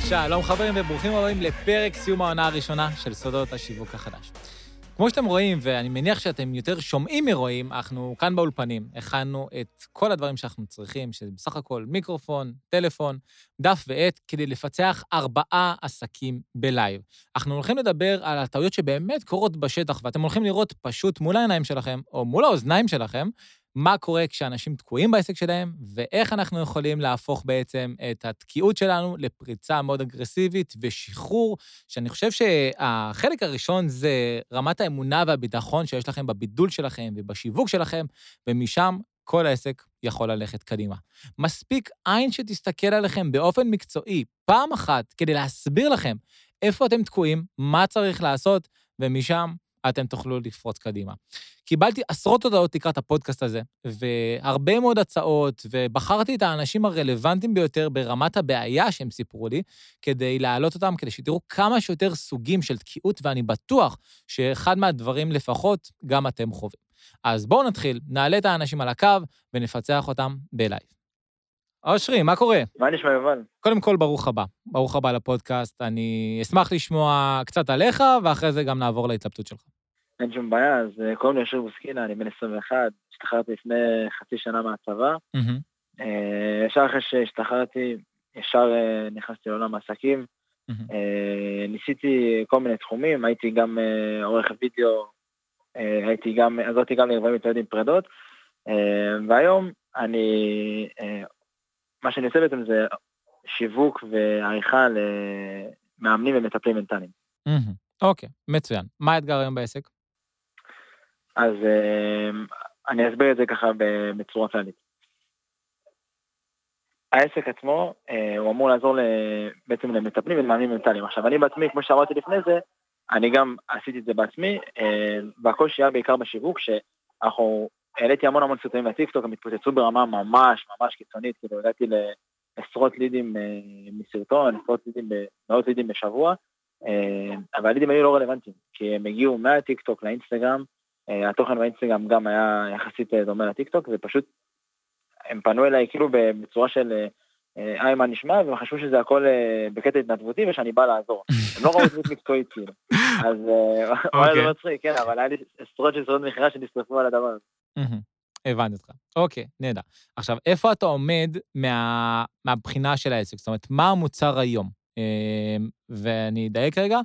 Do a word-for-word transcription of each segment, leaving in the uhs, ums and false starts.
שלום חברים וברוכים הבאים לפרק סיום העונה הראשונה של סודות השיווק החדש. כמו שאתם רואים, ואני מניח שאתם יותר שומעים מרואים, אנחנו כאן באולפנים, הכנו את כל הדברים שאנחנו צריכים, שזה בסך הכל מיקרופון, טלפון, דף ועט, כדי לפצח ארבעה עסקים בלייב. אנחנו הולכים לדבר על הטעויות שבאמת קורות בשטח, ואתם הולכים לראות פשוט מול העיניים שלכם, או מול האוזניים שלכם, מה קורה כשאנשים תקועים בעסק שלהם, ואיך אנחנו יכולים להפוך בעצם את התקיעות שלנו לפריצה מאוד אגרסיבית ושחרור, שאני חושב שהחלק הראשון זה רמת האמונה והביטחון שיש לכם בבידול שלכם ובשיווק שלכם, ומשם כל העסק יכול ללכת קדימה. מספיק עין שתסתכל עליכם באופן מקצועי, פעם אחת, כדי להסביר לכם איפה אתם תקועים, מה צריך לעשות, ומשם אתם תוכלו לפרוץ קדימה. קיבלתי עשרות הודעות לקראת הפודקאסט הזה, והרבה מאוד הצעות, ובחרתי את האנשים הרלוונטיים ביותר ברמת הבעיה שהם סיפרו לי, כדי להעלות אותם, כדי שתראו כמה שיותר סוגים של תקיעות, ואני בטוח שאחד מהדברים לפחות גם אתם חווים. אז בואו נתחיל, נעלה את האנשים על הקו, ונפצח אותם בלייב. אושרי, מה קורה? מה נשמע יובל? קודם כל, ברוך הבא. ברוך הבא לפודקאסט. אני אשמח לשמוע קצת עליך, ואחרי זה גם נעבור להתלבטות שלך. אין שום בעיה, אז קוראים לי אושרי בוסקינה, אני בן עשרים ואחת, השתחררתי לפני חצי שנה מהצבא. ישר אחרי שהשתחררתי, ישר נכנסתי לעולם העסקים. ניסיתי כל מיני תחומים, הייתי גם עורך וידאו, הייתי גם, עזרתי גם לארגונים מתמודדים פרדות, והיום אני, מה שאני עושה בעצם זה שיווק ועריכה למאמנים ומטפלים מנטליים. אוקיי, מצוין. מה האתגר היום בעסק? אז אני אסביר את זה ככה בצורה כללית. העסק עצמו, הוא אמור לעזור בעצם למטפלים ולמאמנים מנטליים. עכשיו, אני בעצמי, כמו שאמרתי לפני זה, אני גם עשיתי את זה בעצמי, והכל שהיה בעיקר בשיווק, שאנחנו, העליתי המון המון סרטונים לטיקטוק, הם התפוצצו ברמה ממש ממש קיצונית, כאילו הגעתי לעשרות לידים מסרטון, עשרות לידים, מאות לידים בשבוע, אבל הלידים היו לא רלוונטיים, כי הם הגיעו מהטיקטוק לאינסטגרם, התוכן באינסטגרם גם היה יחסית דומה לטיקטוק, ופשוט הם פנו אליי כאילו בצורה של היי מה נשמע, והם חשבו שזה הכל בקטע התנדבותי, ושאני בא לעזור. הם לא ראו דמות מקצועית כאילו. אז אולי זה מצחיק, כן, אבל היה לי עשרות של סרטות מכירה שנשרפו על הדבר הזה. הבנתי אותך. אוקיי, נהדר. עכשיו, איפה אתה עומד מהבחינה של העסק? זאת אומרת, מה המוצר היום? ואני אדייק רגע,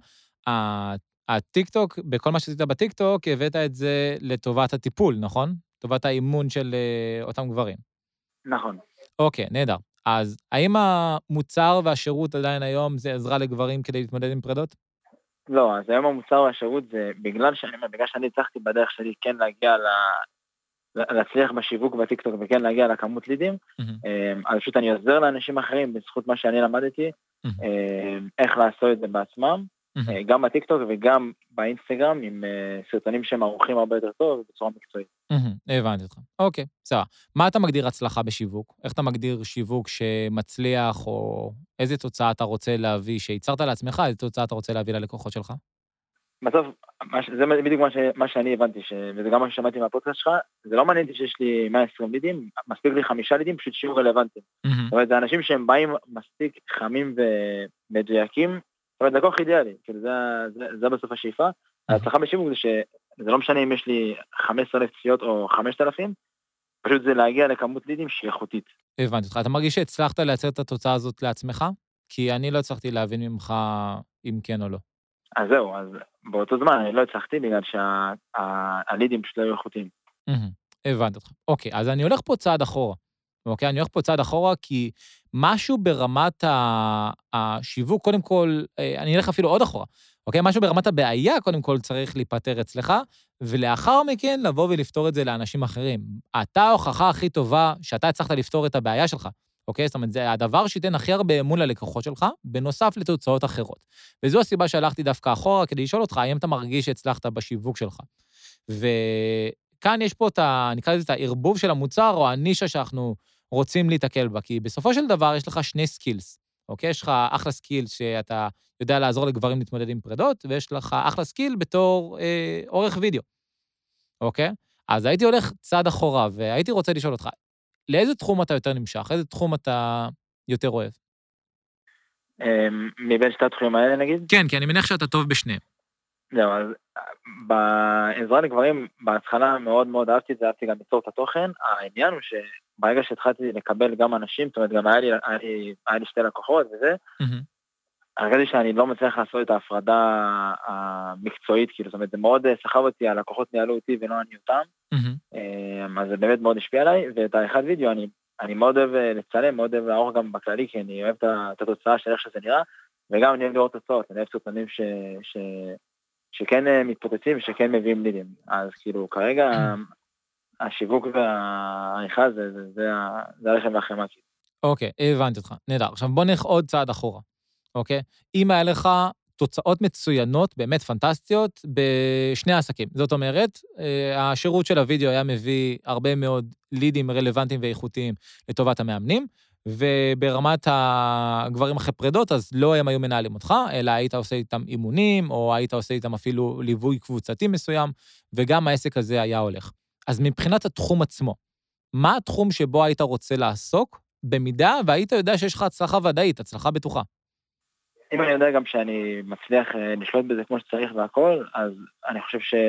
הטיקטוק, בכל מה שעשית בטיקטוק, הבאת את זה לטובת הטיפול, נכון? טובת האימון של אותם גברים. נכון. אוקיי, נהדר. אז האם המוצר והשירות עדיין היום זה עזרה לגברים כדי להתמודד עם פרדות? לא, אז היום המוצר והשירות זה בגלל שאני, בגלל שאני הצלחתי בדרך שלי כן להגיע ל... להצליח בשיווק בטיקטוק וכן להגיע לכמות לידים, אז פשוט אני עוזר לאנשים אחרים בזכות מה שאני למדתי, איך לעשות את זה בעצמם, גם בטיקטוק וגם באינסטגרם, עם סרטונים שהם ערוכים הרבה יותר טוב ובצורה מקצועית. הבנתי אותך. אוקיי, בסדר. מה אתה מגדיר הצלחה בשיווק? איך אתה מגדיר שיווק שמצליח, או איזה תוצאה אתה רוצה להביא, שיצרת לעצמך, איזה תוצאה אתה רוצה להביא ללקוחות שלך? בסוף, זה בדיוק מה, ש, מה שאני הבנתי, ש, וזה גם מה ששמעתי מהפודקאסט שלך, זה לא מעניין שיש לי מאה ועשרים לידים, מספיק לי חמישה לידים, פשוט שיהיו רלוונטיים. Mm-hmm. זאת אומרת, זה אנשים שהם באים מספיק חמים ומדויקים, זאת אומרת, זה כל כך אידיאלי, כאילו זה, זה, זה בסוף השאיפה. Mm-hmm. ההצלחה בשיווק זה שזה לא משנה אם יש לי חמש עשרה אלף צפיות או חמשת אלפים, פשוט זה להגיע לכמות לידים שהיא איכותית. הבנתי אותך, אתה מרגיש שהצלחת לייצר את התוצאה הזאת לעצמך? כי אני לא הצלחתי להבין ממך אם כן או לא. אז זהו, אז באותו זמן אני לא הצלחתי, בגלל שהלידים פשוט לא היו איכותיים. הבנתי אותך. אוקיי, אז אני הולך פה צעד אחורה. אוקיי, אני הולך פה צעד אחורה, כי משהו ברמת השיווק, קודם כל, אני אלך אפילו עוד אחורה. אוקיי, משהו ברמת הבעיה, קודם כל צריך להיפטר אצלך, ולאחר מכן לבוא ולפתור את זה לאנשים אחרים. אתה ההוכחה הכי טובה שאתה הצלחת לפתור את הבעיה שלך. אוקיי? זאת אומרת, זה הדבר שייתן הכי הרבה אמון ללקוחות שלך, בנוסף לתוצאות אחרות. וזו הסיבה שהלכתי דווקא אחורה, כדי לשאול אותך, האם אתה מרגיש שהצלחת בשיווק שלך. וכאן יש פה את ה... נקרא לזה את הערבוב של המוצר, או הנישה שאנחנו רוצים להתקל בה, כי בסופו של דבר יש לך שני סקילס, אוקיי? יש לך אחלה סקיל שאתה יודע לעזור לגברים להתמודד עם פרדות, ויש לך אחלה סקיל בתור אה, עורך וידאו, אוקיי? אז הייתי הולך צעד אחורה, והייתי רוצה לשאול אותך, לאיזה תחום אתה יותר נמשך? איזה תחום אתה יותר אוהב? מבין שתי התחומים האלה נגיד? כן, כי אני מניח שאתה טוב בשניהם. זהו, אז בעזרה לגברים, בהתחלה מאוד מאוד אהבתי את זה, אהבתי גם ליצור את התוכן. העניין הוא שברגע שהתחלתי לקבל גם אנשים, זאת אומרת, גם היה לי, היה לי, היה לי שתי לקוחות וזה, הרגעתי שאני לא מצליח לעשות את ההפרדה המקצועית, כאילו, זאת אומרת, זה מאוד סחב אותי, הלקוחות ניהלו אותי ולא אני אותם, אז זה באמת מאוד השפיע עליי, ואת האחד וידאו אני, אני מאוד אוהב לצלם, מאוד אוהב לערוך גם בכללי, כי אני אוהב את התוצאה של איך שזה נראה, וגם אני אוהב לראות תוצאות, אני אוהב סרטונים ש... ש... שכן מתפוצצים ושכן מביאים לידים. אז כאילו, כרגע השיווק והעריכה זה, זה, זה, זה הלחם והחמאה. אוקיי, הבנתי אותך. נהדר. עכשיו בוא נלך עוד צעד אחורה. אוקיי? אם היה לך תוצאות מצוינות, באמת פנטסטיות, בשני העסקים. זאת אומרת, השירות של הוידאו היה מביא הרבה מאוד לידים רלוונטיים ואיכותיים לטובת המאמנים, וברמת הגברים אחרי פרדות, אז לא הם היו מנהלים אותך, אלא היית עושה איתם אימונים, או היית עושה איתם אפילו ליווי קבוצתי מסוים, וגם העסק הזה היה הולך. אז מבחינת התחום עצמו, מה התחום שבו היית רוצה לעסוק, במידה והיית יודע שיש לך הצלחה ודאית, הצלחה בטוחה? אם אני יודע גם שאני מצליח לשלוט בזה כמו שצריך והכל, אז אני חושב ש...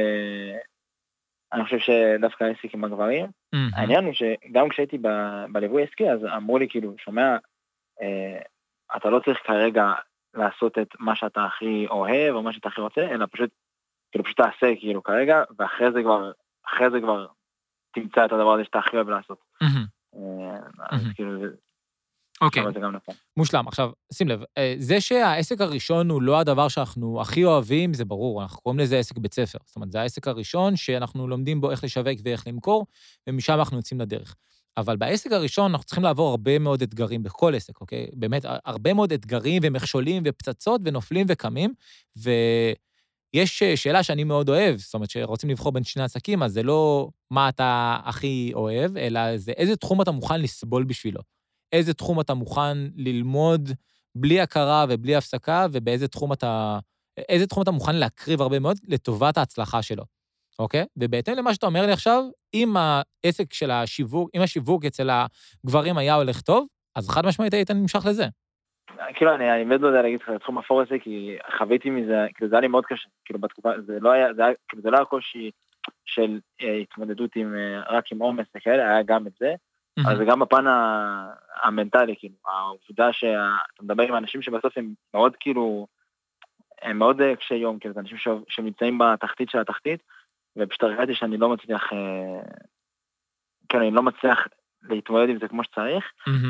אני חושב שדווקא העסק עם הגברים, mm-hmm. העניין הוא שגם כשהייתי ב- בליווי עסקי, אז אמרו לי כאילו, שומע, אה, אתה לא צריך כרגע לעשות את מה שאתה הכי אוהב, או מה שאתה הכי רוצה, אלא פשוט, כאילו פשוט תעשה כאילו כרגע, ואחרי זה כבר, אחרי זה כבר תמצא את הדבר הזה שאתה הכי אוהב לעשות. Mm-hmm. אה, אז mm-hmm. כאילו זה... אוקיי, מושלם. עכשיו, שים לב, זה שהעסק הראשון הוא לא הדבר שאנחנו הכי אוהבים, זה ברור, אנחנו קוראים לזה עסק בית ספר. זאת אומרת, זה העסק הראשון שאנחנו לומדים בו איך לשווק ואיך למכור, ומשם אנחנו יוצאים לדרך. אבל בעסק הראשון אנחנו צריכים לעבור הרבה מאוד אתגרים בכל עסק, אוקיי? באמת, הרבה מאוד אתגרים ומכשולים ופצצות ונופלים וקמים, ויש שאלה שאני מאוד אוהב, זאת אומרת, שרוצים לבחור בין שני עסקים, אז זה לא מה אתה הכי אוהב, אלא זה איזה תחום אתה מוכן לסבול בשבילו. איזה תחום אתה מוכן ללמוד בלי הכרה ובלי הפסקה, ובאיזה תחום אתה, איזה תחום אתה מוכן להקריב הרבה מאוד לטובת ההצלחה שלו, אוקיי? ובהתאם למה שאתה אומר לי עכשיו, אם העסק של השיווק, אם השיווק אצל הגברים היה הולך טוב, אז חד משמעית היית נמשך לזה. כאילו, אני, אני באמת לא יודע להגיד לך, תחום אפור הזה, כי חוויתי מזה, כאילו זה היה לי מאוד קשה, כאילו בתקופה, זה לא היה, זה היה, כאילו זה לא היה קושי של התמודדות עם, רק עם עומס וכאלה, היה גם את זה, אז זה גם בפן המנטלי, כאילו, העובדה שאתה מדבר עם אנשים שבסוף הם מאוד כאילו, הם מאוד קשי יום, כאילו, זה אנשים שנמצאים בתחתית של התחתית, ופשוט הרגעתי שאני לא מצליח, כן, אני לא מצליח להתמודד עם זה כמו שצריך,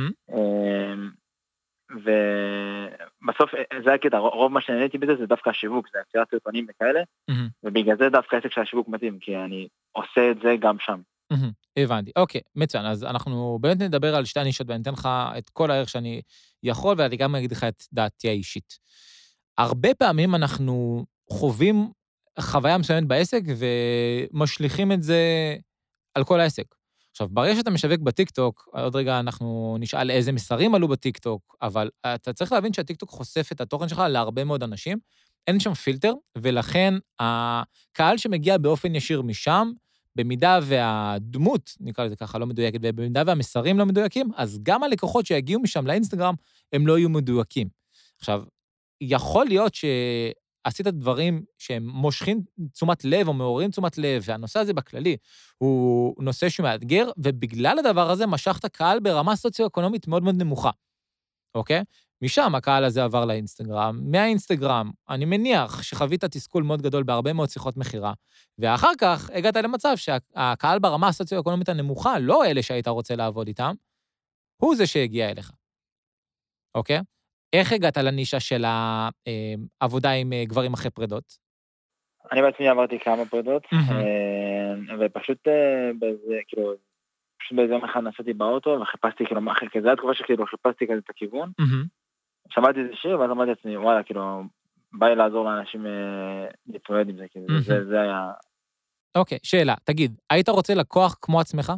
ובסוף זה היה כדא, רוב מה שנהניתי בזה זה דווקא השיווק, זה יצירת סרטונים וכאלה, ובגלל זה דווקא העסק של השיווק מתאים, כי אני עושה את זה גם שם. הבנתי, אוקיי, מצוין, אז אנחנו באמת נדבר על שתי הנישות, ואני אתן לך את כל הערך שאני יכול, ואני גם אגיד לך את דעתי האישית. הרבה פעמים אנחנו חווים חוויה מסוימת בעסק, ומשליכים את זה על כל העסק. עכשיו, ברגע שאתה משווק בטיקטוק, עוד רגע אנחנו נשאל איזה מסרים עלו בטיקטוק, אבל אתה צריך להבין שהטיקטוק חושף את התוכן שלך להרבה מאוד אנשים, אין שם פילטר, ולכן הקהל שמגיע באופן ישיר משם, במידה והדמות, נקרא לזה ככה, לא מדויקת, ובמידה והמסרים לא מדויקים, אז גם הלקוחות שיגיעו משם לאינסטגרם, הם לא יהיו מדויקים. עכשיו, יכול להיות שעשית דברים שהם מושכים תשומת לב, או מעוררים תשומת לב, והנושא הזה בכללי הוא נושא שהוא מאתגר, ובגלל הדבר הזה משכת קהל ברמה סוציו-אקונומית מאוד מאוד נמוכה. אוקיי? משם הקהל הזה עבר לאינסטגרם, מהאינסטגרם, אני מניח שחווית תסכול מאוד גדול בהרבה מאוד שיחות מחירה, ואחר כך הגעת למצב שהקהל ברמה הסוציו-אקונומית הנמוכה, לא אלה שהיית רוצה לעבוד איתם, הוא זה שהגיע אליך. אוקיי? איך הגעת לנישה של העבודה עם גברים אחרי פרדות? אני בעצמי עברתי כמה פרדות, ופשוט באיזה, כאילו, פשוט באיזה יום אחד נסעתי באוטו, וחיפשתי, כאילו, כי זה התקופה שכאילו חיפשתי כזה את הכיוון, שמעתי איזה שיר, ואז אמרתי לעצמי, וואלה, כאילו, בא לי לעזור לאנשים להתמודד עם זה, כי זה היה... אוקיי, שאלה, תגיד, היית רוצה לקוח כמו עצמך?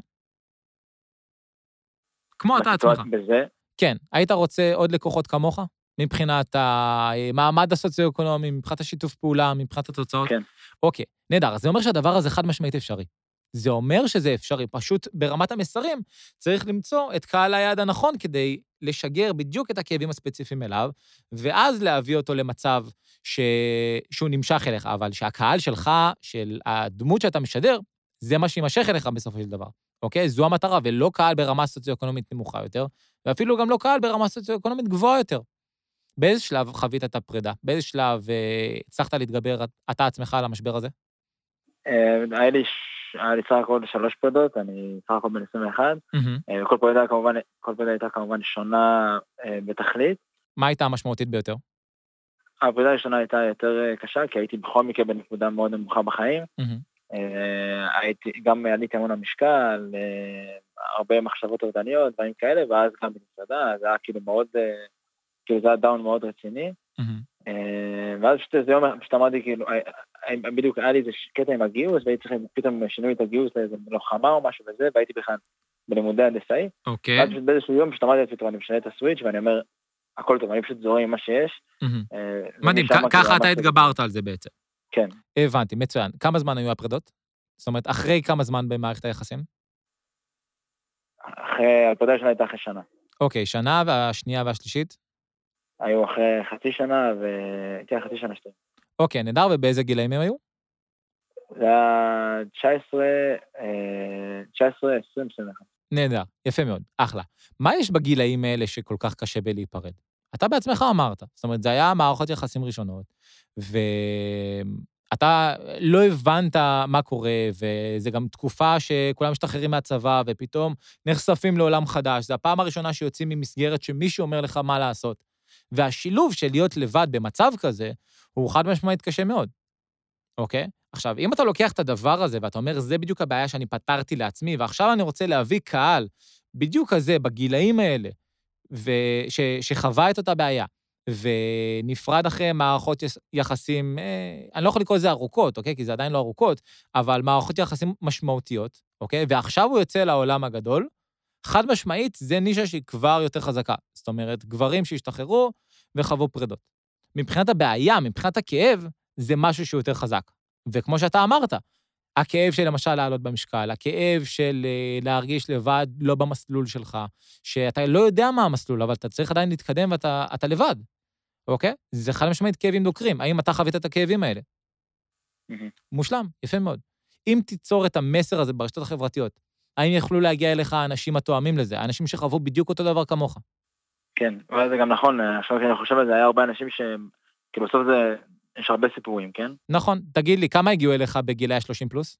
כמו אתה עצמך. בזה? כן, היית רוצה עוד לקוחות כמוך? מבחינת המעמד הסוציו-אקונומי, מבחינת השיתוף פעולה, מבחינת התוצאות? כן. אוקיי, נהדר, אז זה אומר שהדבר הזה חד משמעית אפשרי. זה אומר שזה אפשרי, פשוט ברמת המסרים צריך למצוא את קהל היעד הנכון כדי לשגר בדיוק את הכאבים הספציפיים אליו, ואז להביא אותו למצב ש... שהוא נמשך אליך, אבל שהקהל שלך, של הדמות שאתה משדר, זה מה שימשך אליך בסופו של דבר, אוקיי? זו המטרה, ולא קהל ברמה סוציו-אקונומית נמוכה יותר, ואפילו גם לא קהל ברמה סוציו-אקונומית גבוהה יותר. באיזה שלב חווית את הפרידה? באיזה שלב אה, הצלחת להתגבר אתה עצמך על המשבר הזה? אה, היה לי, היה לי סך הכל שלוש פרידות, אני סך הכל בן עשרים ואחת, Mm-hmm. וכל פרידה כמובן, כל פרידה הייתה כמובן שונה אה, בתכלית. מה הייתה המשמעותית ביותר? הפרידה הראשונה הייתה יותר קשה, כי הייתי בכל מקרה בנקודה מאוד נמוכה בחיים. Mm-hmm. אה, הייתי, גם עליתי המון המשקל, אה, הרבה מחשבות אובדניות, דברים כאלה, ואז גם במסעדה, זה היה כאילו מאוד, אה, כאילו זה היה דאון מאוד רציני. Mm-hmm. אה, ואז פשוט איזה יום, פשוט אמרתי כאילו, אה, בדיוק היה לי איזה קטע עם הגיוס, והייתי צריך פתאום שינו את הגיוס לאיזה לוחמה או משהו וזה, והייתי בכלל בלימודי הנדסאי. אוקיי. ואז פשוט באיזשהו יום, פשוט אמרתי לעצמי, אני משנה את הסוויץ' ואני אומר, הכל טוב, אני פשוט זורם עם מה שיש. מדהים, ככה אתה התגברת על זה בעצם. כן. הבנתי, מצוין. כמה זמן היו הפרידות? זאת אומרת, אחרי כמה זמן במערכת היחסים? אחרי, הפרידה הראשונה הייתה אחרי שנה. אוקיי, שנה והשנייה והשלישית? היו אחרי חצי שנה, והייתי חצי שנה שתיים. אוקיי, נהדר, ובאיזה גילאים הם היו? זה היה תשע עשרה, תשע עשרה, עשרים, עשרים ואחת. נהדר, יפה מאוד, אחלה. מה יש בגילאים האלה שכל כך קשה בלהיפרד? אתה בעצמך אמרת, זאת אומרת, זה היה מערכות יחסים ראשונות, ואתה לא הבנת מה קורה, וזה גם תקופה שכולם משתחררים מהצבא, ופתאום נחשפים לעולם חדש. זו הפעם הראשונה שיוצאים ממסגרת שמישהו אומר לך מה לעשות. והשילוב של להיות לבד במצב כזה, הוא חד משמעית קשה מאוד, אוקיי? עכשיו, אם אתה לוקח את הדבר הזה, ואתה אומר, זה בדיוק הבעיה שאני פתרתי לעצמי, ועכשיו אני רוצה להביא קהל בדיוק כזה, בגילאים האלה, וש, שחווה את אותה בעיה, ונפרד אחרי מערכות יחסים, אה, אני לא יכול לקרוא לזה ארוכות, אוקיי? כי זה עדיין לא ארוכות, אבל מערכות יחסים משמעותיות, אוקיי? ועכשיו הוא יוצא לעולם הגדול, חד משמעית, זה נישה שהיא כבר יותר חזקה. זאת אומרת, גברים שהשתחררו וחוו פרידות. מבחינת הבעיה, מבחינת הכאב, זה משהו שהוא יותר חזק. וכמו שאתה אמרת, הכאב של למשל לעלות במשקל, הכאב של להרגיש לבד לא במסלול שלך, שאתה לא יודע מה המסלול, אבל אתה צריך עדיין להתקדם ואתה אתה לבד, אוקיי? זה חד משמעית כאבים דוקרים. האם אתה חווית את הכאבים האלה? מושלם, יפה מאוד. אם תיצור את המסר הזה ברשתות החברתיות, האם יכלו להגיע אליך האנשים התואמים לזה, האנשים שחוו בדיוק אותו דבר כמוך? כן, אבל זה גם נכון, עכשיו אני חושב על זה, היה הרבה אנשים שהם, כאילו בסוף זה, יש הרבה סיפורים, כן? נכון, תגיד לי, כמה הגיעו אליך בגילי ה-שלושים פלוס?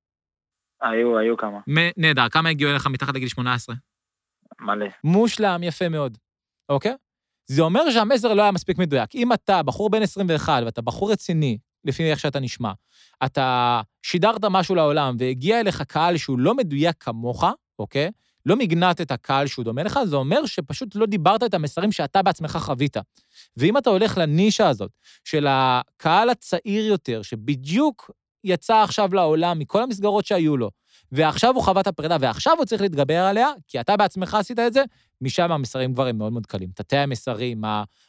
היו, היו כמה. נהדר, כמה הגיעו אליך מתחת לגיל שמונה עשרה? מלא. מושלם, יפה מאוד, אוקיי? זה אומר שהמסר לא היה מספיק מדויק. אם אתה בחור בן עשרים ואחת, ואתה בחור רציני, לפי איך שאתה נשמע, אתה שידרת משהו לעולם, והגיע אליך קהל שהוא לא מדויק כמוך, אוקיי? לא מגנת את הקהל שהוא דומה לך, זה אומר שפשוט לא דיברת את המסרים שאתה בעצמך חווית. ואם אתה הולך לנישה הזאת, של הקהל הצעיר יותר, שבדיוק יצא עכשיו לעולם מכל המסגרות שהיו לו, ועכשיו הוא חווה את הפרידה, ועכשיו הוא צריך להתגבר עליה, כי אתה בעצמך עשית את זה, משם המסרים כבר הם מאוד מאוד קלים. תתי המסרים,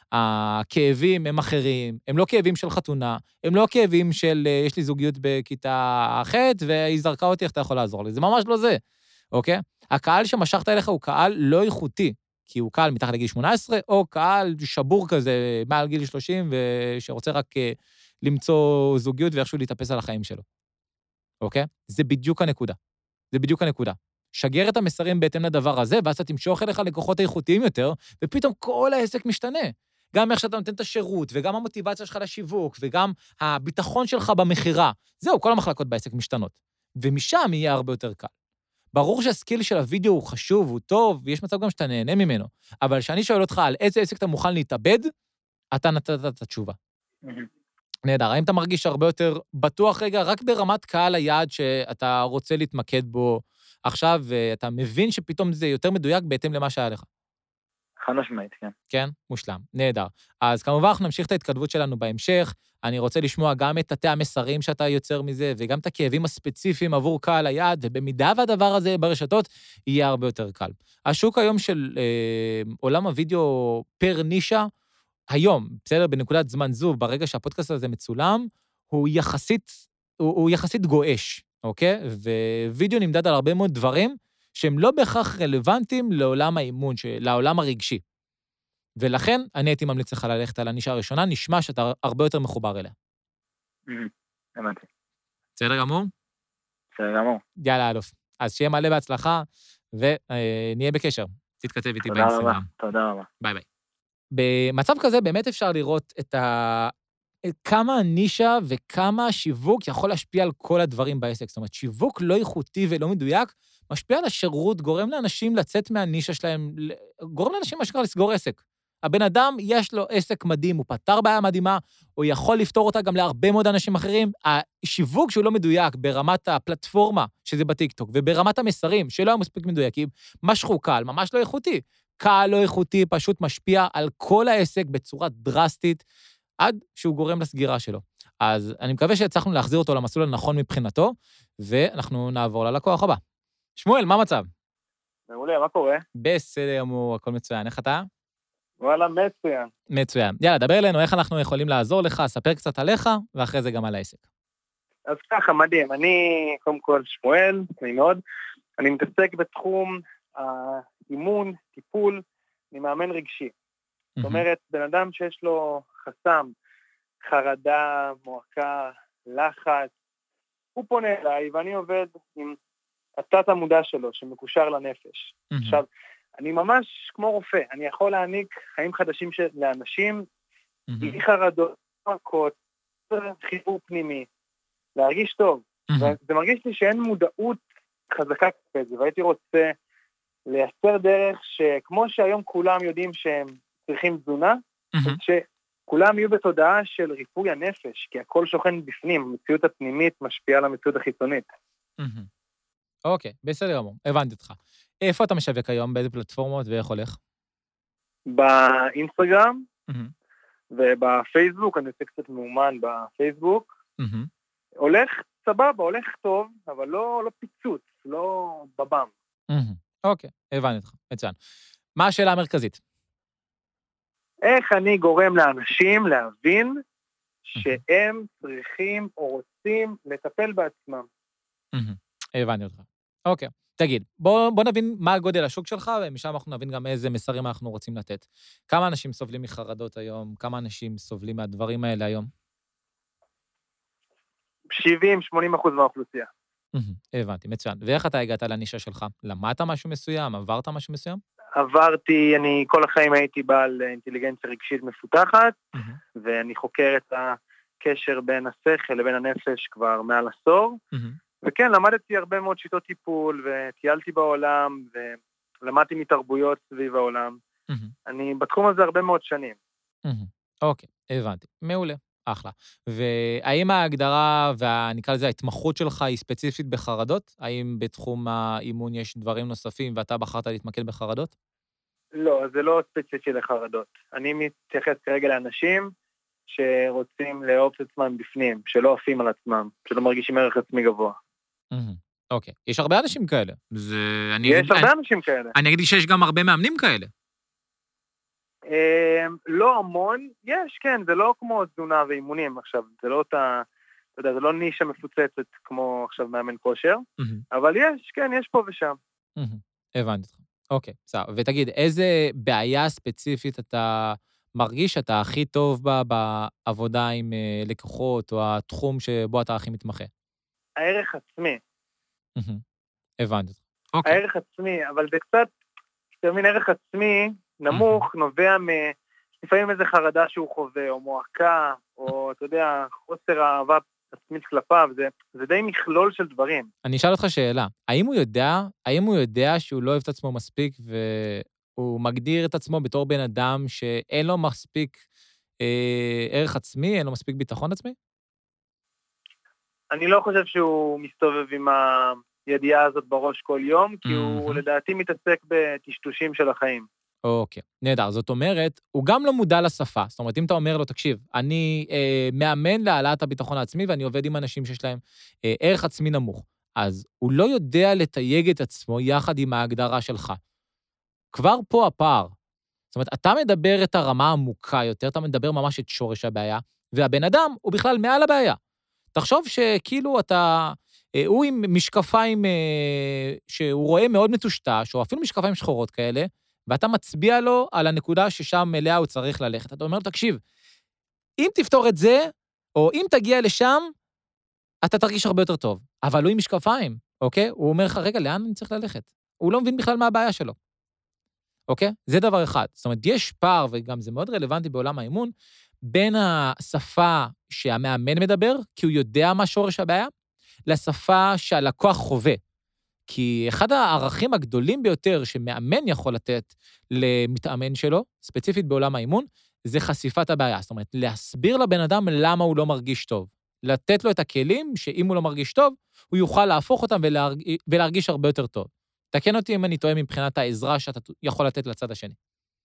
הכאבים הם אחרים, הם לא כאבים של חתונה, הם לא כאבים של יש לי זוגיות בכיתה ח' והיא זרקה אותי, איך אתה יכול לעזור לי? זה ממש לא זה, אוקיי? הקהל שמשכת אליך הוא קהל לא איכותי, כי הוא קהל מתחת לגיל שמונה עשרה, או קהל שבור כזה מעל גיל שלושים, ושרוצה רק למצוא זוגיות ואיכשהו להתאפס על החיים שלו. אוקיי? זה בדיוק הנקודה. זה בדיוק הנקודה. שגר את המסרים בהתאם לדבר הזה, ואז אתה תמשוך אליך לקוחות איכותיים יותר, ופתאום כל העסק משתנה. גם איך שאתה נותן את השירות, וגם המוטיבציה שלך לשיווק, וגם הביטחון שלך במחירה. זהו, כל המחלקות בעסק משתנות. ומשם יהיה הרבה יותר קל. ברור שהסקיל של הוידאו הוא חשוב, הוא טוב, ויש מצב גם שאתה נהנה ממנו. אבל כשאני שואל אותך על איזה עסק אתה מוכן להתאבד, אתה נתת את התשובה. נהדר, האם אתה מרגיש הרבה יותר בטוח רגע, רק ברמת קהל היעד שאתה רוצה להתמקד בו עכשיו, ואתה מבין שפתאום זה יותר מדויק בהתאם למה שהיה לך? חד משמעית, כן. כן? מושלם, נהדר. אז כמובן אנחנו נמשיך את ההתכתבות שלנו בהמשך, אני רוצה לשמוע גם את תתי המסרים שאתה יוצר מזה, וגם את הכאבים הספציפיים עבור קהל היעד, ובמידה והדבר הזה ברשתות, יהיה הרבה יותר קל. השוק היום של אה, עולם הוידאו פר נישה, היום, בסדר, בנקודת זמן זו, ברגע שהפודקאסט הזה מצולם, הוא יחסית, הוא, הוא יחסית גואש, אוקיי? ווידאו נמדד על הרבה מאוד דברים שהם לא בהכרח רלוונטיים לעולם האימון, לעולם הרגשי. ולכן אני הייתי ממליץ לך ללכת על הנישה הראשונה, נשמע שאתה הרבה יותר מחובר אליה. הבנתי. בסדר גמור? בסדר גמור. יאללה, אלוף. אז שיהיה מלא בהצלחה, ונהיה בקשר. תתכתב איתי באינסטגרם. תודה רבה, תודה רבה. ביי ביי. במצב כזה באמת אפשר לראות את ה... כמה הנישה וכמה השיווק יכול להשפיע על כל הדברים בעסק. זאת אומרת, שיווק לא איכותי ולא מדויק, משפיע על השירות, גורם לאנשים לצאת מהנישה שלהם, גורם לאנשים מה שקרה לסגור עסק. הבן אדם, יש לו עסק מדהים, הוא פתר בעיה מדהימה, הוא יכול לפתור אותה גם להרבה מאוד אנשים אחרים. השיווק שהוא לא מדויק ברמת הפלטפורמה, שזה בטיקטוק, וברמת המסרים, שלא היה מספיק מדויקים, משכו קל, ממש לא איכותי. קל לא איכותי פשוט משפיע על כל העסק בצורה דרסטית, עד שהוא גורם לסגירה שלו. אז אני מקווה שהצלחנו להחזיר אותו למסלול הנכון מבחינתו, ואנחנו נעבור ללקוח הבא. שמואל, מה המצב? מעולה, מה קורה? בסדר, אמור, הכל מצוין. איך אתה? וואלה, מצוין. מצוין. יאללה, דבר אלינו, איך אנחנו יכולים לעזור לך, ספר קצת עליך, ואחרי זה גם על העסק. אז ככה, מדהים. אני, קודם כל, שמואל, אני מאוד, אני מתעסק בתחום האימון, טיפול, אני מאמן רגשי. זאת אומרת, בן אדם שיש לו חסם, חרדה, מועקה, לחץ, הוא פונה אליי, ואני עובד עם התת המודע שלו, שמקושר לנפש. עכשיו, אני ממש כמו רופא, אני יכול להעניק חיים חדשים של... לאנשים, בלי חרדות, מועקות, חיבור פנימי, להרגיש טוב. וזה מרגיש לי שאין מודעות חזקה כזה, והייתי רוצה לייצר דרך שכמו שהיום כולם יודעים שהם צריכים תזונה, שכולם יהיו בתודעה של ריפוי הנפש, כי הכל שוכן בפנים, המציאות הפנימית משפיעה על המציאות החיצונית. אוקיי, בסדר גמור, הבנתי אותך. איפה אתה משווק היום, באיזה פלטפורמות ואיך הולך? באינסטגרם ובפייסבוק, אני עושה קצת מאומן בפייסבוק. הולך סבבה, הולך טוב, אבל לא פיצוץ, לא בבם. אוקיי, הבנתי אותך, מצוין. מה השאלה המרכזית? איך אני גורם לאנשים להבין שהם צריכים או רוצים לטפל בעצמם? הבנתי אותך. אוקיי. תגיד, בוא, בוא נבין מה הגודל השוק שלך, ומשם אנחנו נבין גם איזה מסרים אנחנו רוצים לתת. כמה אנשים סובלים מחרדות היום? כמה אנשים סובלים מהדברים האלה היום? שבעים שמונים אחוז מהאוכלוסייה. הבנתי, מצוין. ואיך אתה הגעת לנישה שלך? למדת משהו מסוים? עברת משהו מסוים? עברתי, אני כל החיים הייתי בעל אינטליגנציה רגשית מפותחת, ואני חוקר את הקשר בין השכל לבין הנפש כבר מעל עשור, וכן, למדתי הרבה מאוד שיטות טיפול, וטיילתי בעולם, ולמדתי מתרבויות סביב העולם. אני בתחום הזה הרבה מאוד שנים. אוקיי, הבנתי. מעולה, אחלה. והאם ההגדרה, ונקרא לזה ההתמחות שלך, היא ספציפית בחרדות? האם בתחום האימון יש דברים נוספים, ואתה בחרת להתמקד בחרדות? לא, זה לא ספציפי לחרדות. אני מתייחס כרגע לאנשים שרוצים לאהוב את עצמם בפנים, שלא עפים על עצמם, שלא מרגישים ערך עצמי גבוה. אוקיי, יש הרבה אנשים כאלה. יש הרבה אנשים כאלה. אני אגיד שיש גם הרבה מאמנים כאלה. לא המון, יש, כן, זה לא כמו תזונה ואימונים עכשיו, זה לא אותה, אתה יודע, זה לא נישה מפוצצת כמו עכשיו מאמן כושר, אבל יש, כן, יש פה ושם. הבנתי אותך. אוקיי, בסדר. ותגיד, איזה בעיה ספציפית אתה מרגיש שאתה הכי טוב בה בעבודה עם לקוחות, או התחום שבו אתה הכי מתמחה? הערך עצמי. הבנתי. הערך עצמי, אבל זה קצת, תרמין, ערך עצמי נמוך, נובע מ... לפעמים איזה חרדה שהוא חווה, או מועקה, או, אתה יודע, חוסר אהבה עצמית כלפיו, זה, זה די מכלול של דברים. אני אשאל אותך שאלה, האם הוא יודע, האם הוא יודע שהוא לא אוהב את עצמו מספיק, והוא מגדיר את עצמו בתור בן אדם שאין לו מספיק אה, ערך עצמי, אין לו מספיק ביטחון עצמי? אני לא חושב שהוא מסתובב עם הידיעה הזאת בראש כל יום, כי הוא לדעתי מתעסק בטשטושים של החיים. אוקיי, נהדר. זאת אומרת, הוא גם לא מודע לשפה. זאת אומרת, אם אתה אומר לו, תקשיב, אני אה, מאמן להעלאת הביטחון העצמי, ואני עובד עם אנשים שיש להם אה, ערך עצמי נמוך. אז הוא לא יודע לתייג את עצמו יחד עם ההגדרה שלך. כבר פה הפער. זאת אומרת, אתה מדבר את הרמה העמוקה יותר, אתה מדבר ממש את שורש הבעיה, והבן אדם הוא בכלל מעל הבעיה. תחשוב שכאילו אתה הוא עם משקפיים שהוא רואה מאוד מטושטש, או אפילו משקפיים שחורות כאלה, ואתה מצביע לו על הנקודה ששם אליה הוא צריך ללכת. אתה אומר, תקשיב, אם תפתור את זה, או אם תגיע לשם, אתה תרגיש הרבה יותר טוב. אבל הוא עם משקפיים, אוקיי? הוא אומר לך, רגע, לאן אני צריך ללכת? הוא לא מבין בכלל מה הבעיה שלו. אוקיי? זה דבר אחד. זאת אומרת, יש פער, וגם זה מאוד רלוונטי בעולם האימון, בין השפה שהמאמן מדבר, כי הוא יודע מה שורש הבעיה, לשפה שהלקוח חווה. כי אחד הערכים הגדולים ביותר שמאמן יכול לתת למתאמן שלו, ספציפית בעולם האימון, זה חשיפת הבעיה. זאת אומרת, להסביר לבן אדם למה הוא לא מרגיש טוב. לתת לו את הכלים שאם הוא לא מרגיש טוב, הוא יוכל להפוך אותם ולהרגיש, ולהרגיש הרבה יותר טוב. תקן אותי אם אני טועה מבחינת העזרה שאתה יכול לתת לצד השני.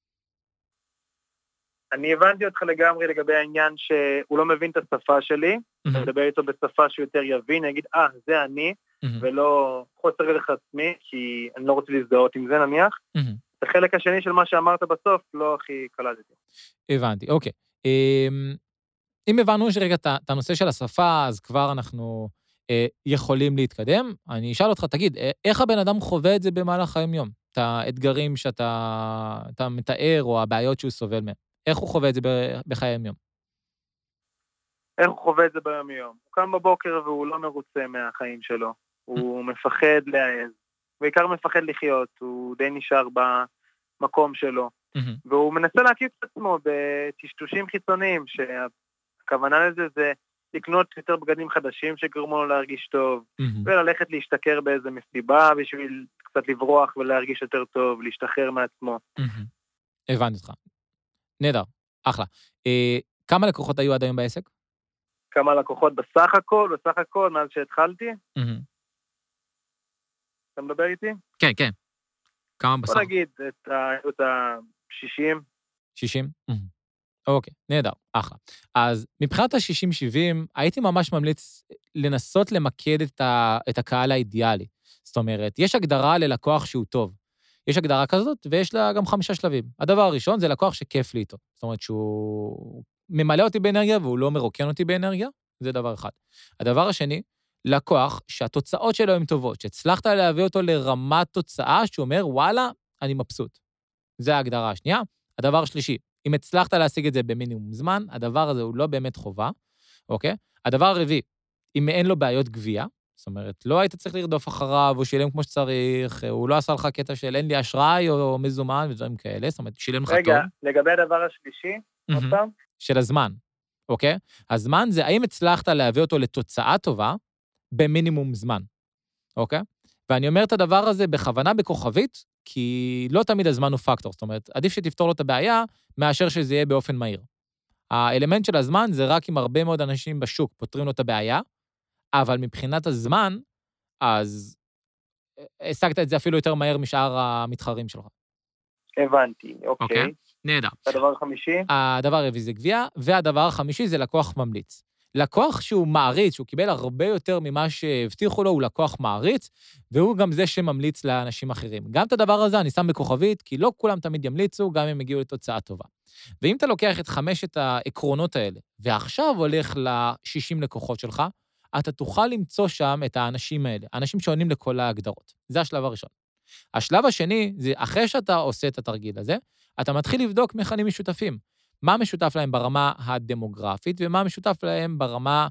אני הבנתי אותך לגמרי לגבי העניין שהוא לא מבין את השפה שלי, אני מדבר איתו בשפה שהוא יותר יבין, אני אגיד, אה, זה אני, ולא חוסר ערך עצמי, כי אני לא רוצה להזדהות עם זה נניח. החלק השני של מה שאמרת בסוף, לא הכי קלטתי. הבנתי, אוקיי. אם הבנו שרגע את הנושא של השפה, אז כבר אנחנו יכולים להתקדם. אני אשאל אותך, תגיד, איך הבן אדם חווה את זה במהלך היום-יום? את האתגרים שאתה מתאר, או הבעיות שהוא סובל מהם. איך הוא חווה את זה בחיי היום-יום? איך הוא חווה את זה ביום-יום? הוא קם בבוקר והוא לא מרוצה מהחיים שלו. הוא מפחד להעז. בעיקר מפחד לחיות. הוא די נשאר במקום שלו. והוא מנסה להקיף את עצמו בטשטושים חיצוניים, שהכוונה לזה זה לקנות יותר בגדים חדשים שגרמו לו להרגיש טוב, וללכת להשתכר באיזה מסיבה בשביל קצת לברוח ולהרגיש יותר טוב, להשתחרר מעצמו. הבנתי אותך. נהדר, אחלה. כמה לקוחות היו עד היום בעסק? כמה לקוחות בסך הכל, בסך הכל, מאז שהתחלתי? אתה מדבר איתי? כן, כן. כמה בסך? בוא נגיד, את ה-שישים. שישים? אוקיי, נהדר, אחלה. אז מבחינת ה-שישים שבעים, הייתי ממש ממליץ לנסות למקד את, ה, את הקהל האידיאלי. זאת אומרת, יש הגדרה ללקוח שהוא טוב. יש הגדרה כזאת, ויש לה גם חמישה שלבים. הדבר הראשון זה לקוח שכיף לי איתו. זאת אומרת שהוא ממלא אותי באנרגיה, והוא לא מרוקן אותי באנרגיה, זה דבר אחד. הדבר השני, לקוח שהתוצאות שלו הן טובות, שהצלחת להביא אותו לרמת תוצאה, שהוא אומר, וואלה, אני מבסוט. זה ההגדרה השנייה. הדבר השלישי, אם הצלחת להשיג את זה במינימום זמן, הדבר הזה הוא לא באמת חובה, אוקיי? הדבר הרביעי, אם אין לו בעיות גבייה, זאת אומרת, לא היית צריך לרדוף אחריו, הוא שילם כמו שצריך, הוא לא עשה לך קטע של אין לי אשראי או מזומן ודברים כאלה, זאת אומרת, שילם לך טוב. רגע, לגבי הדבר השלישי, אותם? של הזמן, אוקיי? הזמן זה האם הצלחת להביא אותו לתוצאה טובה במינימום זמן, אוקיי? ואני אומר את הדבר הזה בכוונה בכוכבית, כי לא תמיד הזמן הוא פקטור, זאת אומרת, עדיף שתפתור לו את הבעיה, מאשר שזה יהיה באופן מהיר. האלמנט של הזמן זה רק אם הרבה מאוד אנשים בשוק פותרים לו את הבעיה, אבל מבחינת הזמן, אז השגת את זה אפילו יותר מהר משאר המתחרים שלך. הבנתי, אוקיי. אוקיי, נהדר. הדבר החמישי? הדבר הרביעי זה גבייה, והדבר החמישי זה לקוח ממליץ. לקוח שהוא מעריץ, שהוא קיבל הרבה יותר ממה שהבטיחו לו, הוא לקוח מעריץ, והוא גם זה שממליץ לאנשים אחרים. גם את הדבר הזה אני שם בכוכבית, כי לא כולם תמיד ימליצו, גם אם הגיעו לתוצאה טובה. ואם אתה לוקח את חמשת העקרונות האלה, ועכשיו הולך ל-שישים לקוחות שלך, אתה תוכל למצוא שם את האנשים האלה, האנשים שעונים לכל ההגדרות. זה השלב הראשון. השלב השני, זה אחרי שאתה עושה את התרגיל הזה, אתה מתחיל לבדוק מכנים משותפים. מה משותף להם ברמה הדמוגרפית, ומה משותף להם ברמה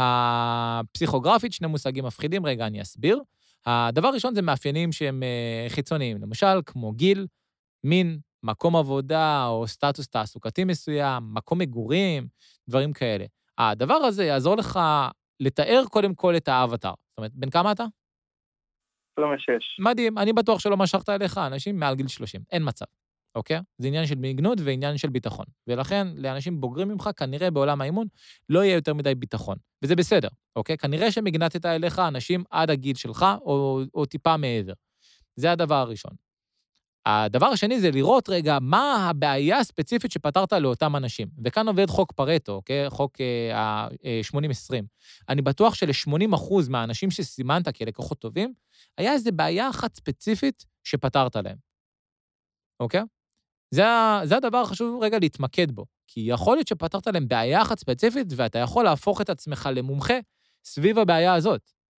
הפסיכוגרפית, שני מושגים מפחידים, רגע, אני אסביר. הדבר הראשון זה מאפיינים שהם חיצוניים, למשל, כמו גיל, מין, מקום עבודה, או סטטוס תעסוקתי מסוים, מקום מגורים, דברים כאלה. הדבר הזה יעזור לך לתאר קודם כל את האבטר. זאת אומרת, בין כמה אתה? עשרים ושש. מדהים, אני בטוח שלא משכת אליך אנשים מעל גיל שלושים, אין מצב. אוקיי? זה עניין של מגנות ועניין של ביטחון. ולכן, לאנשים בוגרים ממך, כנראה בעולם האימון, לא יהיה יותר מדי ביטחון. וזה בסדר, אוקיי? כנראה שמגנתת אליך אנשים עד הגיל שלך, או, או טיפה מעבר. זה הדבר הראשון. הדבר השני זה לראות רגע מה הבעיה הספציפית שפתרת לאותם אנשים. וכאן עובד חוק פרטו, אוקיי? חוק ה-שמונים עשרים. אני בטוח של-שמונים אחוז מהאנשים שסימנת כלקוחות טובים, היה איזו בעיה אחת ספציפית שפתרת להם. אוקיי? זה, זה הדבר החשוב רגע להתמקד בו, כי יכול להיות שפתרת להם בעיה אחת ספציפית, ואתה יכול להפוך את עצמך למומחה סביב הבעיה הזאת.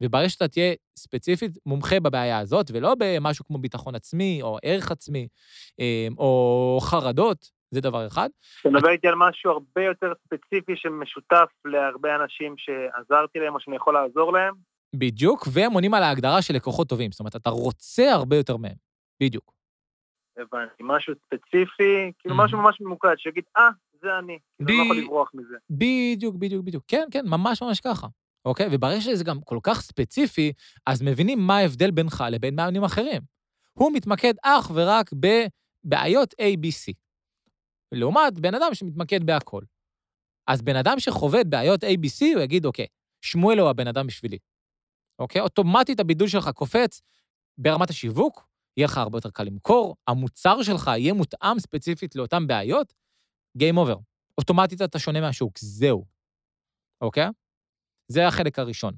וברגע שאתה תהיה ספציפית מומחה בבעיה הזאת, ולא במשהו כמו ביטחון עצמי, או ערך עצמי, או חרדות, זה דבר אחד. אתה מדבר איתי על משהו הרבה יותר ספציפי שמשותף להרבה אנשים שעזרתי להם, או שאני יכול לעזור להם? בדיוק, והם עונים על ההגדרה של לקוחות טובים. זאת אומרת, אתה רוצה הרבה יותר מהם. בדיוק. הבנתי, משהו ספציפי, כאילו משהו ממש ממוקד, שיגיד, אה, זה אני. ב... אני לא יכול לברוח מזה. בדיוק, בדיוק, בדיוק. כן, כן, ממש ממש ככה. אוקיי? וברגע שזה גם כל כך ספציפי, אז מבינים מה ההבדל בינך לבין מאמנים אחרים. הוא מתמקד אך ורק בבעיות A, B, C. לעומת בן אדם שמתמקד בהכל. אז בן אדם שחווה את בעיות A, B, C, הוא יגיד, אוקיי, שמואל הוא הבן אדם בשבילי. אוקיי? אוטומטית הבידול שלך קופץ ברמת השיווק, יהיה לך הרבה יותר קל למכור, המוצר שלך יהיה מותאם ספציפית לאותן בעיות, game over. אוטומטית אתה שונה מהשוק, זהו. אוקיי? זה החלק הראשון.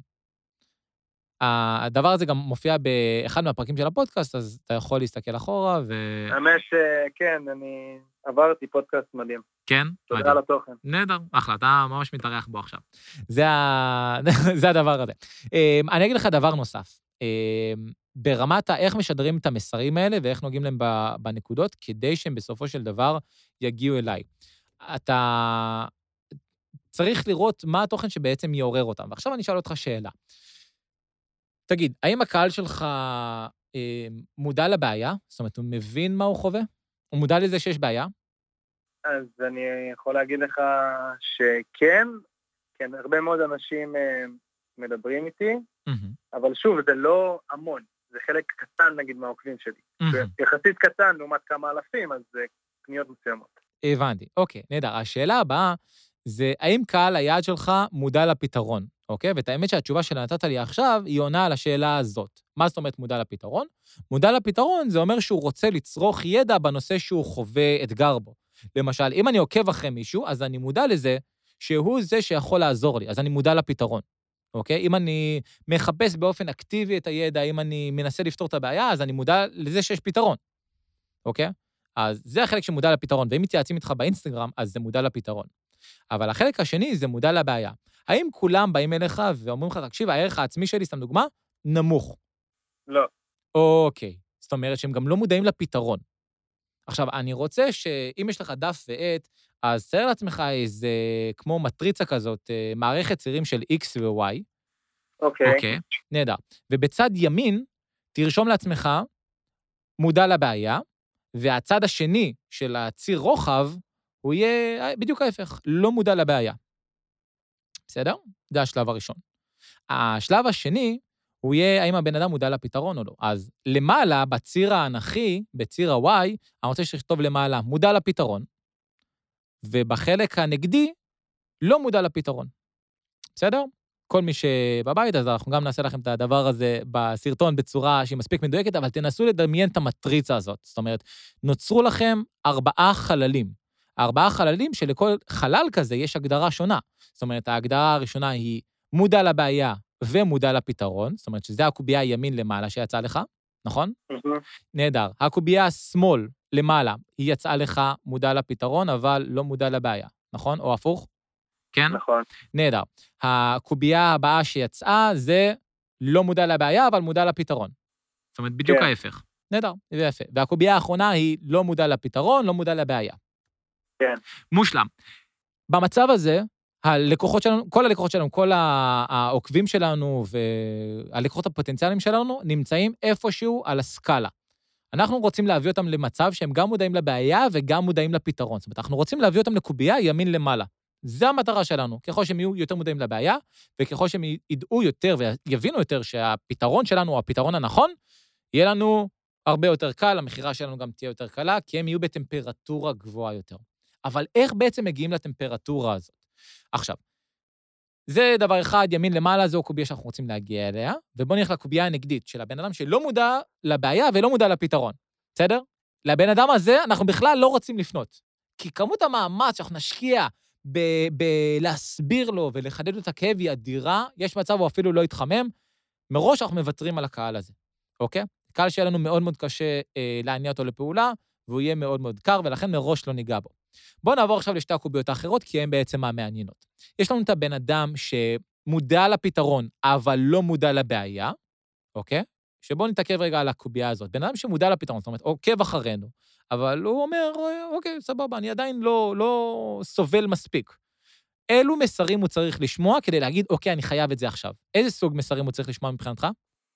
הדבר הזה גם מופיע באחד מהפרקים של הפודקאסט, אז אתה יכול להסתכל אחורה ו... האמת שכן, אני עברתי פודקאסט מדהים. כן? תודה על התוכן. נהדר, אחלה, אתה ממש מתארח בו עכשיו. זה, ה... זה הדבר הזה. אני אגיד לך דבר נוסף. ברמת איך משדרים את המסרים האלה ואיך נוגעים להם בנקודות, כדי שהם בסופו של דבר יגיעו אליי. אתה צריך לראות מה התוכן שבעצם יעורר אותם. ועכשיו אני אשאל אותך שאלה. תגיד, האם הקהל שלך אה, מודע לבעיה? זאת אומרת, הוא מבין מה הוא חווה? הוא מודע לזה שיש בעיה? אז אני יכול להגיד לך שכן, כן, הרבה מאוד אנשים אה, מדברים איתי, mm-hmm. אבל שוב, זה לא המון, זה חלק קטן, נגיד, מהעוקבים שלי. Mm-hmm. יחסית קטן, לעומת כמה אלפים, אז זה קניות מסוימות. הבנתי, אוקיי, נהדר. השאלה הבאה זה, האם קהל היעד שלך מודע לפתרון? אוקיי? ואת האמת שהתשובה שנתת לי עכשיו, היא עונה על השאלה הזאת. מה זאת אומרת מודע לפתרון? מודע לפתרון זה אומר שהוא רוצה לצרוך ידע בנושא שהוא חווה אתגר בו. למשל, אם אני עוקב אחרי מישהו, אז אני מודע לזה שהוא זה שיכול לעזור לי, אז אני מודע לפתרון. אוקיי? אם אני מחפש באופן אקטיבי את הידע, אם אני מנסה לפתור את הבעיה, אז אני מודע לזה שיש פתרון. אוקיי? אז זה החלק שמודע לפתרון, ואם מתייעצים איתך באינסטגרם, אז זה מודע לפתרון. אבל החלק השני זה מודע לבעיה. האם כולם באים אליך ואומרים לך, תקשיב, הערך העצמי שלי, סתם דוגמה, נמוך? לא. אוקיי. זאת אומרת שהם גם לא מודעים לפתרון. עכשיו, אני רוצה שאם יש לך דף ועט, אז תאר לעצמך איזה, כמו מטריצה כזאת, מערכת צירים של X ו-Y. אוקיי. אוקיי, נהדר. ובצד ימין, תרשום לעצמך, מודע לבעיה, והצד השני של הציר רוחב, הוא יהיה בדיוק ההפך, לא מודע לבעיה. בסדר? זה השלב הראשון. השלב השני, הוא יהיה האם הבן אדם מודע לפתרון או לא. אז למעלה, בציר האנכי, בציר ה-Y, אני רוצה שתכתוב למעלה, מודע לפתרון, ובחלק הנגדי, לא מודע לפתרון. בסדר? כל מי שבבית, אז אנחנו גם נעשה לכם את הדבר הזה בסרטון בצורה שהיא מספיק מדויקת, אבל תנסו לדמיין את המטריצה הזאת. זאת אומרת, נוצרו לכם ארבעה חללים. ארבעה חללים שלכל חלל כזה יש הגדרה שונה. זאת אומרת, ההגדרה הראשונה היא מודע לבעיה ומודע לפתרון, זאת אומרת שזה הקובייה הימין למעלה שיצאה לך, נכון? Mm-hmm. נהדר. הקובייה השמאל למעלה היא יצאה לך מודע לפתרון, אבל לא מודע לבעיה, נכון? או הפוך? כן? נכון. נהדר. הקובייה הבאה שיצאה זה לא מודע לבעיה, אבל מודע לפתרון. זאת אומרת, בדיוק כן. ההפך. נהדר, זה יפה. והקובייה האחרונה היא לא מודע לפתרון, לא מודע לבעיה. כן. מושלם. במצב הזה, הלקוחות שלנו, כל הלקוחות שלנו, כל העוקבים שלנו והלקוחות הפוטנציאליים שלנו נמצאים איפשהו על הסקאלה. אנחנו רוצים להביא אותם למצב שהם גם מודעים לבעיה וגם מודעים לפתרון. זאת אומרת, אנחנו רוצים להביא אותם לקובייה ימין למעלה. זה המטרה שלנו. ככל שהם יהיו יותר מודעים לבעיה, וככל שהם ידעו יותר ויבינו יותר שהפתרון שלנו הוא הפתרון הנכון, יהיה לנו הרבה יותר קל, המחירה שלנו גם תהיה יותר קלה, כי הם יהיו בטמפרטורה גבוהה יותר. אבל איך בעצם מגיעים לטמפרטורה הזאת? עכשיו, זה דבר אחד, ימין למעלה, זו קובייה שאנחנו רוצים להגיע אליה, ובואו נלך לקובייה הנגדית של הבן אדם שלא מודע לבעיה ולא מודע לפתרון. בסדר? לבן אדם הזה אנחנו בכלל לא רוצים לפנות. כי כמות המאמץ שאנחנו נשקיע בלהסביר לו ולחדד לו את הכאב היא אדירה, יש מצב הוא אפילו לא יתחמם, מראש אנחנו מוותרים על הקהל הזה. אוקיי? קהל שיהיה לנו מאוד מאוד קשה אה, להניע אותו לפעולה, והוא יהיה מאוד מאוד קר, ולכן מראש לא ניגע בו. בואו נעבור עכשיו לשתי הקוביות האחרות, כי הן בעצם המעניינות. יש לנו את הבן אדם מודע לפתרון, אבל לא מודע לבעיה, אוקיי? שבואו נתעכב רגע על הקובייה הזאת. בן אדם שמודע לפתרון, זאת אומרת, עוקב אחרינו, אבל הוא אומר, אוקיי, סבבה, אני עדיין לא, לא סובל מספיק. אילו מסרים הוא צריך לשמוע כדי להגיד, אוקיי, אני חייב את זה עכשיו? איזה סוג מסרים הוא צריך לשמוע מבחינתך?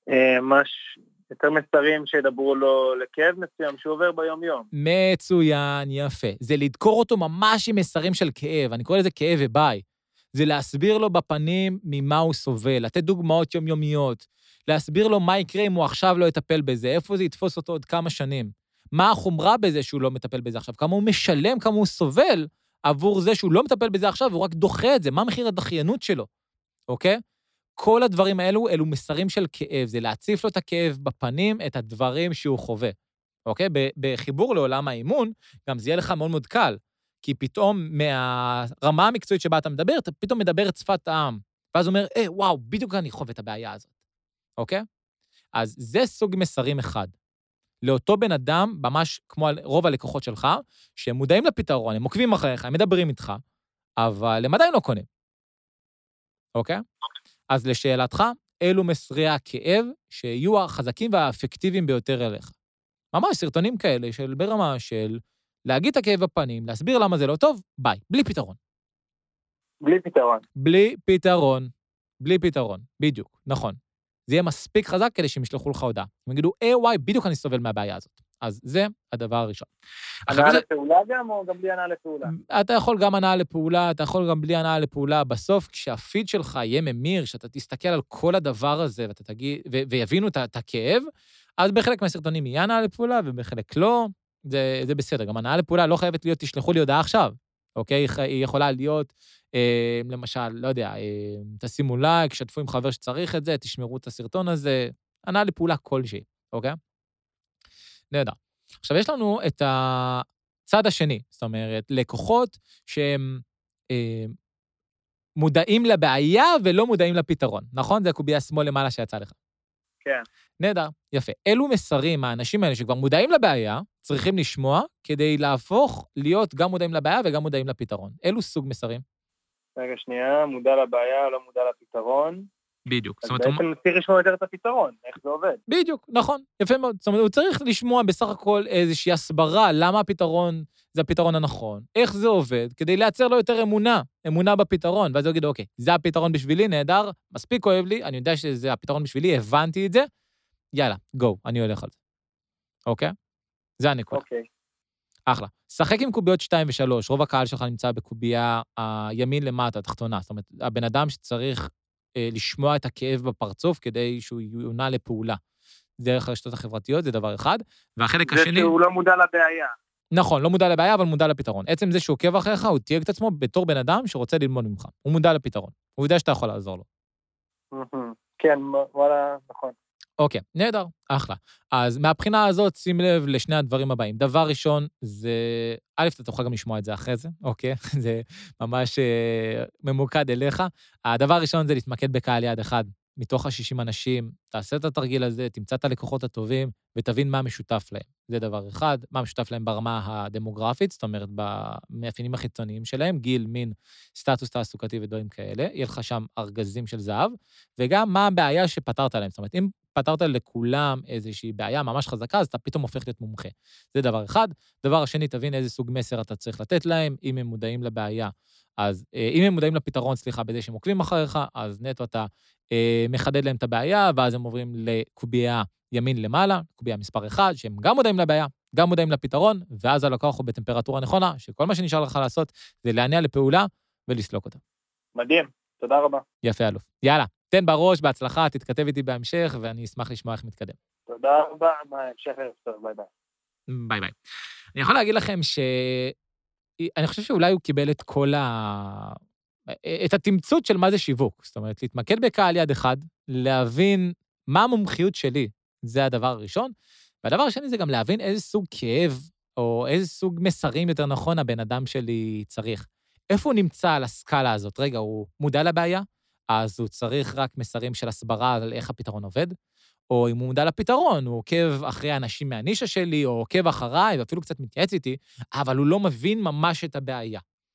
מש... יותר מסרים שידברו לו לכאב מסוים שהוא עובר ביום-יום. מצוין, יפה. זה לדקור אותו ממש עם מסרים של כאב, אני קורא לזה כאב וביי. זה להסביר לו בפנים ממה הוא סובל, לתת דוגמאות יומיומיות, להסביר לו מה יקרה אם הוא עכשיו לא יטפל בזה, איפה זה יתפוס אותו עוד כמה שנים, מה החומרה בזה שהוא לא מטפל בזה עכשיו, כמה הוא משלם, כמה הוא סובל עבור זה שהוא לא מטפל בזה עכשיו, והוא רק דוחה את זה, מה מחיר הדחיינות שלו, אוקיי? כל הדברים האלו, אלו מסרים של כאב, זה להציף לו את הכאב בפנים, את הדברים שהוא חווה, אוקיי? בחיבור לעולם האימון, גם זה יהיה לך מאוד מאוד קל, כי פתאום מהרמה המקצועית שבה אתה מדבר, אתה פתאום מדבר את שפת העם, ואז הוא אומר, אה, וואו, בדיוק אני חווה את הבעיה הזאת, אוקיי? אז זה סוג מסרים אחד. לאותו בן אדם, ממש כמו רוב הלקוחות שלך, שהם מודעים לפתרון, הם עוקבים אחריך, הם מדברים איתך, אבל הם עדיין לא קונים, אוקיי? אז לשאלתך, אלו מסרי הכאב שיהיו החזקים והאפקטיביים ביותר אליך. ממש סרטונים כאלה של ברמה של להגיד את הכאב בפנים, להסביר למה זה לא טוב, ביי, בלי פתרון. בלי פתרון. בלי פתרון, בלי פתרון, בדיוק, נכון. זה יהיה מספיק חזק כדי שהם ישלחו לך הודעה. הם יגידו, אה, וואי, בדיוק אני סובל מהבעיה הזאת. אז זה הדבר הראשון. הנעה לפעולה גם, או גם בלי הנעה לפעולה? אתה יכול גם הנעה לפעולה, אתה יכול גם בלי הנעה לפעולה. בסוף, כשהפיד שלך יהיה ממיר, שאתה תסתכל על כל הדבר הזה, ואתה תגיד, ו- ויבינו את הכאב, אז בחלק מהסרטונים יהיה הנעה לפעולה, ובחלק לא, זה, זה בסדר. גם הנעה לפעולה לא חייבת להיות, תשלחו לי הודעה עכשיו, אוקיי? היא יכולה להיות, אה, למשל, לא יודע, אה, תשימו לייק, שתפו עם חבר שצריך את זה, תשמרו את הסרטון הזה, הנעה לפעולה כלשהי, אוקיי? נהדר. עכשיו, יש לנו את הצד השני, זאת אומרת, לקוחות שהם אה, מודעים לבעיה ולא מודעים לפתרון, נכון? זה הקובייה שמאל למעלה שיצא לך. כן. נהדר, יפה. אלו מסרים, האנשים האלה שכבר מודעים לבעיה, צריכים לשמוע כדי להפוך להיות גם מודעים לבעיה וגם מודעים לפתרון. אלו סוג מסרים? רגע שנייה, מודע לבעיה, לא מודע לפתרון. בדיוק. אז בעצם הוא צריך לשמוע יותר את הפתרון, איך זה עובד. בדיוק, נכון, יפה מאוד. זאת אומרת, הוא צריך לשמוע בסך הכל איזושהי הסברה, למה הפתרון זה הפתרון הנכון, איך זה עובד, כדי לייצר לו יותר אמונה, אמונה בפתרון, ואז הוא יגיד, אוקיי, זה הפתרון בשבילי, נהדר, מספיק כואב לי, אני יודע שזה הפתרון בשבילי, הבנתי את זה, יאללה, גו, אני הולך על זה. אוקיי? זה הנקודה. אוקיי. אחלה. שחק עם קוביות שתיים ושלוש, רוב הקהל שלך נמצא בקובייה הימין למטה, התחתונה, זאת אומרת, הבן אדם שצריך לשמוע את הכאב בפרצוף כדי שהוא יונה לפעולה. דרך הרשתות החברתיות, זה דבר אחד. והחלק השני... זה שהוא לא מודע לבעיה. נכון, לא מודע לבעיה, אבל מודע לפתרון. עצם זה שהוא עוקב אחריך, הוא תייג את עצמו בתור בן אדם שרוצה ללמוד ממך. הוא מודע לפתרון. הוא יודע שאתה יכול לעזור לו. כן, וואלה, נכון. אוקיי, נהדר, אחלה. אז מהבחינה הזאת, שים לב לשני הדברים הבאים. דבר ראשון, זה... א', אתה תוכל גם לשמוע את זה אחרי זה, אוקיי? זה ממש אה, ממוקד אליך. הדבר הראשון זה להתמקד בקהל יעד אחד. מתוך ה-שישים אנשים, תעשה את התרגיל הזה, תמצא את הלקוחות הטובים, ותבין מה משותף להם. זה דבר אחד, מה משותף להם ברמה הדמוגרפית, זאת אומרת, במאפיינים החיצוניים שלהם, גיל, מין, סטטוס תעסוקתי ודברים כאלה, יהיה לך שם ארגזים של זהב, וגם מה הבעיה שפתרת להם. זאת אומרת, אם פתרת לכולם איזושהי בעיה ממש חזקה, אז אתה פתאום הופך להיות מומחה. זה דבר אחד. דבר השני, תבין איזה סוג מסר אתה צריך לתת להם, אם הם מודעים לבעיה. אז אם הם מודעים לפתרון, סליחה, בזה שהם עוקבים אחריך, אז נטו אתה אה, מחדד להם את הבעיה, ואז הם עוברים לקובייה ימין למעלה, קובייה מספר אחד, שהם גם מודעים לבעיה, גם מודעים לפתרון, ואז הלקוח הוא בטמפרטורה נכונה, שכל מה שנשאר לך לעשות זה להניע לפעולה ולסלוק אותה. מדהים, תודה רבה. יפה, אלוף. יאללה, תן בראש, בהצלחה, תתכתב איתי בהמשך, ואני אשמח לשמוע איך מתקדם. תודה רבה, המשך ערב טוב, ביי ביי. ביי ביי. אני יכול להגיד לכם ש... אני חושב שאולי הוא קיבל את כל ה... את התמצות של מה זה שיווק. זאת אומרת, להתמקד בקהל יד אחד, להבין מה המומחיות שלי, זה הדבר הראשון, והדבר השני זה גם להבין איזה סוג כאב, או איזה סוג מסרים יותר נכון הבן אדם שלי צריך. איפה הוא נמצא על הסקאלה הזאת? רגע, הוא מודע לבעיה, אז הוא צריך רק מסרים של הסברה על איך הפתרון עובד, או אם הוא מודע לפתרון, הוא עוקב אחרי אנשים מהנישה שלי, או עוקב אחריי, ואפילו קצת מתייעץ איתי, אבל הוא לא מבין ממש את הבעיה.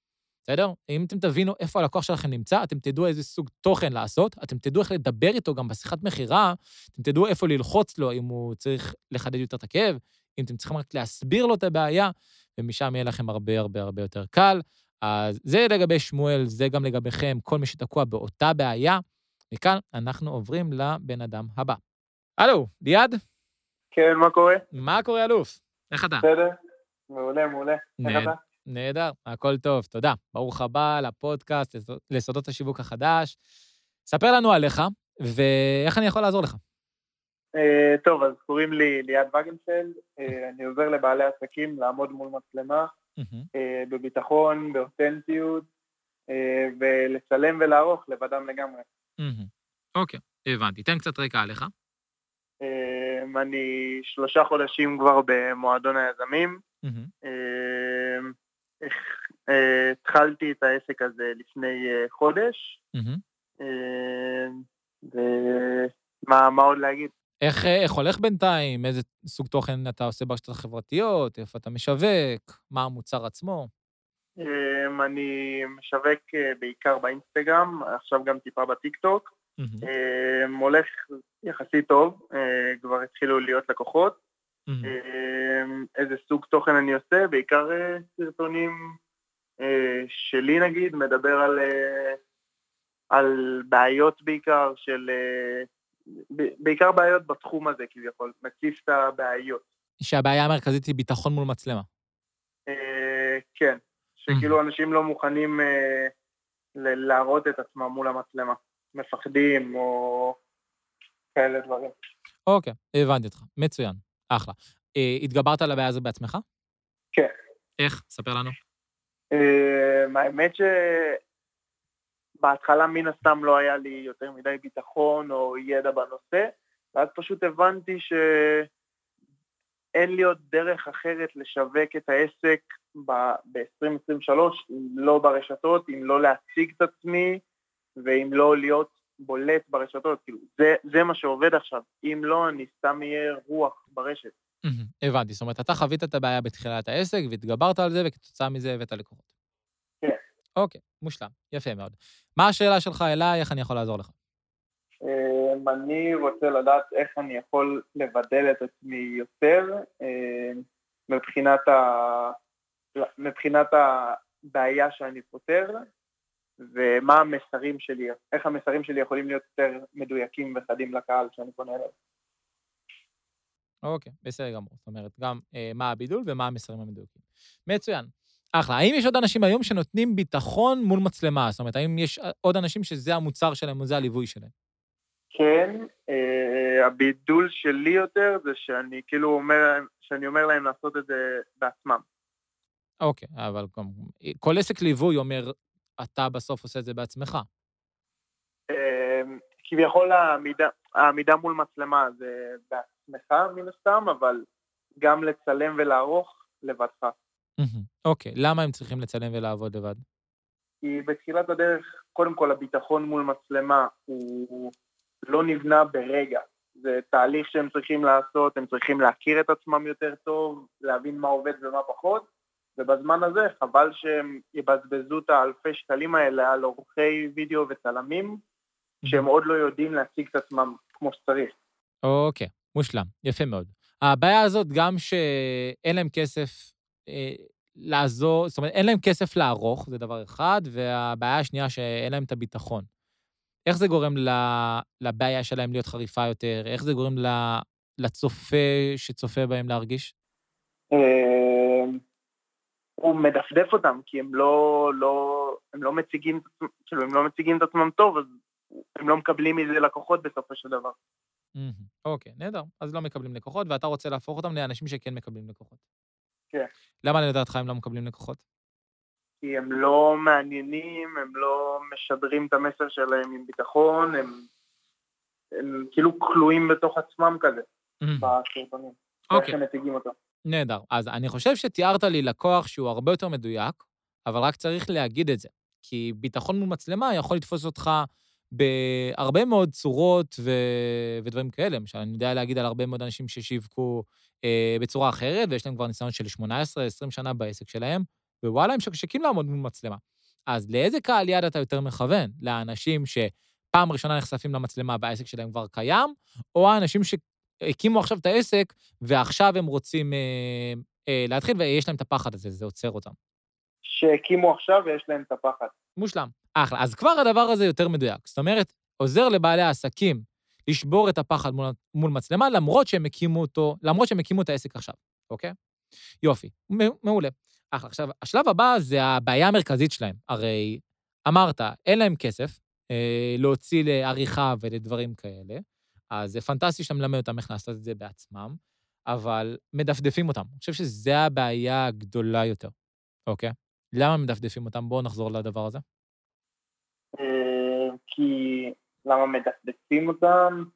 בסדר? אם אתם תבינו איפה הלקוח שלכם נמצא, אתם תדעו איזה סוג תוכן לעשות, אתם תדעו איך לדבר איתו גם בשיחת מחירה, אתם תדעו איפה ללחוץ לו אם הוא צריך לחדד יותר את הכאב, אם אתם צריכים רק להסביר לו את הבעיה, ומשם יהיה לכם הרבה הרבה הרבה יותר קל. אז זה לגבי שמואל, זה גם לגביכם, כל מי שתקוע באותה בעיה. מכאן אנחנו עוברים לבן אדם הבא. הלו, ליעד? כן, מה קורה? מה קורה, אלוף? איך אתה? בסדר? מעולה, מעולה. איך אתה? נהדר, הכל טוב, תודה. ברוך הבא לפודקאסט, לסודות השיווק החדש. ספר לנו עליך, ואיך אני יכול לעזור לך. Uh, טוב, אז קוראים לי ליעד וגנפלד, uh, אני עוזר לבעלי עסקים לעמוד מול מצלמה, uh, בביטחון, באותנטיות, uh, ולצלם ולערוך לבדם לגמרי. אוקיי, הבנתי. תן קצת רקע עליך. Uh, אני שלושה חודשים כבר במועדון היזמים. Uh, uh, uh, התחלתי את העסק הזה לפני uh, חודש, uh, ומה מה עוד להגיד? איך, איך הולך בינתיים? איזה סוג תוכן אתה עושה ברשתות החברתיות? איפה אתה משווק? מה המוצר עצמו? אני משווק בעיקר באינסטגרם, עכשיו גם טיפה בטיקטוק. הולך יחסית טוב, כבר התחילו להיות לקוחות. איזה סוג תוכן אני עושה? בעיקר סרטונים שלי נגיד, מדבר על, על בעיות בעיקר של... בעיקר בעיות בתחום הזה, כביכול, מציף את הבעיות. שהבעיה המרכזית היא ביטחון מול מצלמה. כן, שכאילו אנשים לא מוכנים להראות את עצמם מול המצלמה, מפחדים או כאלה דברים. אוקיי, הבנתי אותך, מצוין, אחלה. התגברת על הבעיה הזו בעצמך? כן. איך? ספר לנו. האמת ש... בהתחלה מן הסתם לא היה לי יותר מדי ביטחון או ידע בנושא, ואז פשוט הבנתי שאין לי עוד דרך אחרת לשווק את העסק ב-עשרים עשרים ושלוש, אם לא ברשתות, אם לא להציג את עצמי, ואם לא להיות בולט ברשתות. כאילו, זה, זה מה שעובד עכשיו. אם לא, אני סתם יהיה רוח ברשת. הבנתי, זאת אומרת, אתה חווית את הבעיה בתחילת העסק, והתגברת על זה, וכתוצאה מזה הבאת לקוחות. כן. אוקיי, מושלם, יפה מאוד. מה השאלה שלך אליי, איך אני יכול לעזור לך? אני רוצה לדעת איך אני יכול לבדל את עצמי יותר, מבחינת, ה... מבחינת הבעיה שאני פותר, ומה המסרים שלי, איך המסרים שלי יכולים להיות יותר מדויקים וחדים לקהל שאני פונה אליו. אוקיי, בסדר גמור. זאת אומרת, גם אה, מה הבידול ומה המסרים המדויקים. מצוין. אחלה, האם יש עוד אנשים היום שנותנים ביטחון מול מצלמה? זאת אומרת, האם יש עוד אנשים שזה המוצר שלהם או זה הליווי שלהם? כן, אה, הבידול שלי יותר זה שאני כאילו אומר, שאני אומר להם לעשות את זה בעצמם. אוקיי, אבל גם, כל עסק ליווי אומר, אתה בסוף עושה את זה בעצמך. אה, כביכול העמידה, העמידה מול מצלמה זה בעצמך מן הסתם, אבל גם לצלם ולערוך לבדך. אוקיי, למה הם צריכים לצלם ולעבוד לבד? כי בתחילת הדרך, קודם כל, הביטחון מול מצלמה הוא לא נבנה ברגע. זה תהליך שהם צריכים לעשות, הם צריכים להכיר את עצמם יותר טוב, להבין מה עובד ומה פחות, ובזמן הזה חבל שהם יבזבזו את האלפי שקלים האלה על עורכי וידאו וצלמים, שהם עוד לא יודעים להציג את עצמם כמו שצריך. אוקיי, מושלם, יפה מאוד. הבעיה הזאת גם שאין להם כסף אה, לעזור, זאת אומרת, אין להם כסף לערוך, זה דבר אחד, והבעיה השנייה שאין להם את הביטחון. איך זה גורם לבעיה שלהם להיות חריפה יותר? איך זה גורם לצופה שצופה בהם להרגיש? הוא מדפדף אותם, כי הם לא, לא, הם לא מציגים, כאילו, הם לא מציגים את עצמם טוב, אז הם לא מקבלים מזה לקוחות בסופו של דבר. אוקיי, נהדר. אז לא מקבלים לקוחות, ואתה רוצה להפוך אותם לאנשים שכן מקבלים לקוחות. כן. למה לדעתך הם לא מקבלים לקוחות? כי הם לא מעניינים, הם לא משדרים את המסר שלהם עם ביטחון, הם, הם כאילו כלואים בתוך עצמם כזה, בסרטונים. אוקיי. איך הם מציגים אותו. נהדר. אז אני חושב שתיארת לי לקוח שהוא הרבה יותר מדויק, אבל רק צריך להגיד את זה. כי ביטחון מול מצלמה יכול לתפוס אותך בהרבה מאוד צורות ו... ודברים כאלה. למשל, אני יודע להגיד על הרבה מאוד אנשים ששיווקו אה, בצורה אחרת, ויש להם כבר ניסיון של שמונה עשרה עשרים שנה בעסק שלהם, ווואלה, הם שקשקים לעמוד מול מצלמה. אז לאיזה קהל יעד אתה יותר מכוון? לאנשים שפעם ראשונה נחשפים למצלמה והעסק שלהם כבר קיים, או האנשים שהקימו עכשיו את העסק, ועכשיו הם רוצים אה, אה, להתחיל, ויש להם את הפחד הזה, זה עוצר אותם. שהקימו עכשיו ויש להם את הפחד. מושלם. אחלה. אז כבר הדבר הזה יותר מדויק. זאת אומרת, עוזר לבעלי העסקים לשבור את הפחד מול, מול מצלמה, למרות שהם הקימו אותו, למרות שהם הקימו את העסק עכשיו, אוקיי? יופי, מעולה. אחלה. עכשיו, השלב הבא זה הבעיה המרכזית שלהם. הרי אמרת, אין להם כסף אה, להוציא לעריכה ולדברים כאלה, אז זה פנטסטי שאתה מלמד אותם איך לעשות את זה בעצמם, אבל מדפדפים אותם. אני חושב שזו הבעיה הגדולה יותר, אוקיי? למה מדפדפים אותם? בואו נחזור לדבר הזה. כי למה מדפדפים אותם?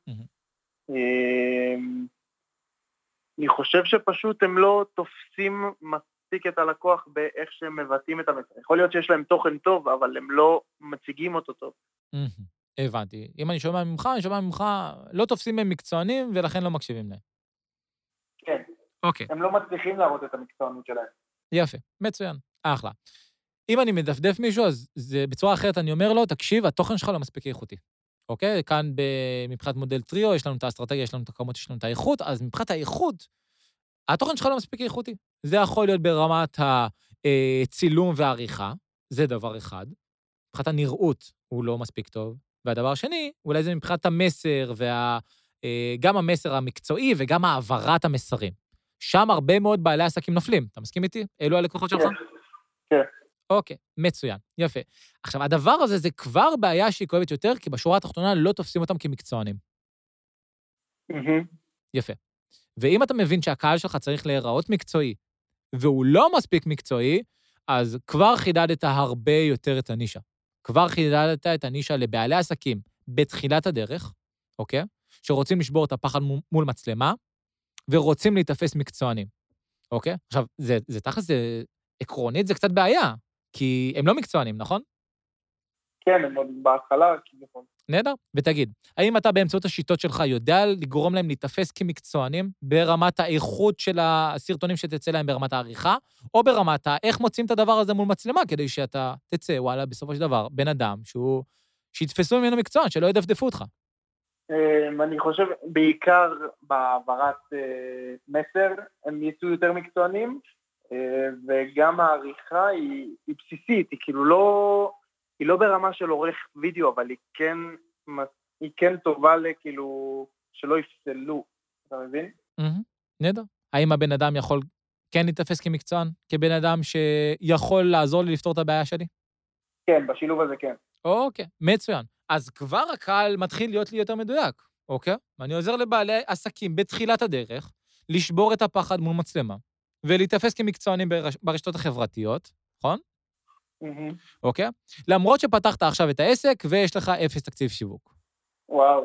אני חושב שפשוט הם לא תופסים מספיק את הלקוח באיך שהם מבטאים את המסר. יכול להיות שיש להם תוכן טוב, אבל הם לא מציגים אותו טוב. הבנתי. אם אני שומע ממך, אני שומע ממך, לא תופסים הם מקצוענים ולכן לא מקשיבים להם. כן. אוקיי. הם לא מצליחים להראות את המקצוענות שלהם. יפה, מצוין, אחלה. אם אני מדפדף מישהו, אז זה בצורה אחרת אני אומר לו, תקשיב, התוכן שלך לא מספיק איכותי. אוקיי? כאן מבחינת מודל טריו, יש לנו את האסטרטגיה, יש לנו את הכמות, יש לנו את האיכות, אז מבחינת האיכות, התוכן שלך לא מספיק איכותי. זה יכול להיות ברמת הצילום והעריכה, זה דבר אחד. מבחינת הנראות הוא לא מספיק טוב. והדבר השני, אולי זה מבחינת המסר, וגם המסר המקצועי וגם העברת המסרים. שם הרבה מאוד בעלי עסקים נופלים. אתה מסכים איתי? אלו הלקוחות שלך? כן. אוקיי, מצוין, יפה. עכשיו, הדבר הזה זה כבר בעיה שהיא כואבת יותר, כי בשורה התחתונה לא תופסים אותם כמקצוענים. יפה. ואם אתה מבין שהקהל שלך צריך להיראות מקצועי, והוא לא מספיק מקצועי, אז כבר חידדת הרבה יותר את הנישה. כבר חידדת את הנישה לבעלי עסקים בתחילת הדרך, אוקיי? שרוצים לשבור את הפחד מול מצלמה, ורוצים להתאפס מקצוענים, אוקיי? עכשיו, זה, זה תכף, זה עקרונית, זה קצת בעיה, כי הם לא מקצוענים, נכון? כן, הם עוד בהתחלה, נכון. נהדר, ותגיד, האם אתה באמצעות השיטות שלך יודע לגרום להם להתאפס כמקצוענים ברמת האיכות של הסרטונים שתצא להם ברמת העריכה, או ברמת איך מוצאים את הדבר הזה מול מצלמה, כדי שאתה תצא, וואלה, בסופו של דבר, בן אדם שהוא, שיתפסו ממנו מקצוען, שלא ידפדפו אותך. אני חושב, בעיקר בעברת מסר, הם יצאו יותר מקצוענים, וגם העריכה היא, היא בסיסית, היא כאילו לא, היא לא ברמה של עורך וידאו, אבל היא כן, היא כן טובה לכאילו, שלא יפסלו, אתה מבין? נהדר. האם הבן אדם יכול כן להתאפס כמקצוען, כבן אדם שיכול לעזור לי לפתור את הבעיה שלי? כן, בשילוב הזה כן. אוקיי, מצוין. אז כבר הקהל מתחיל להיות לי יותר מדויק, אוקיי? ואני עוזר לבעלי עסקים בתחילת הדרך, לשבור את הפחד מול מצלמה, ולהתאפס כמקצוענים ברשתות החברתיות, נכון? אוקיי? למרות שפתחת עכשיו את העסק, ויש לך אפס תקציב שיווק. וואו.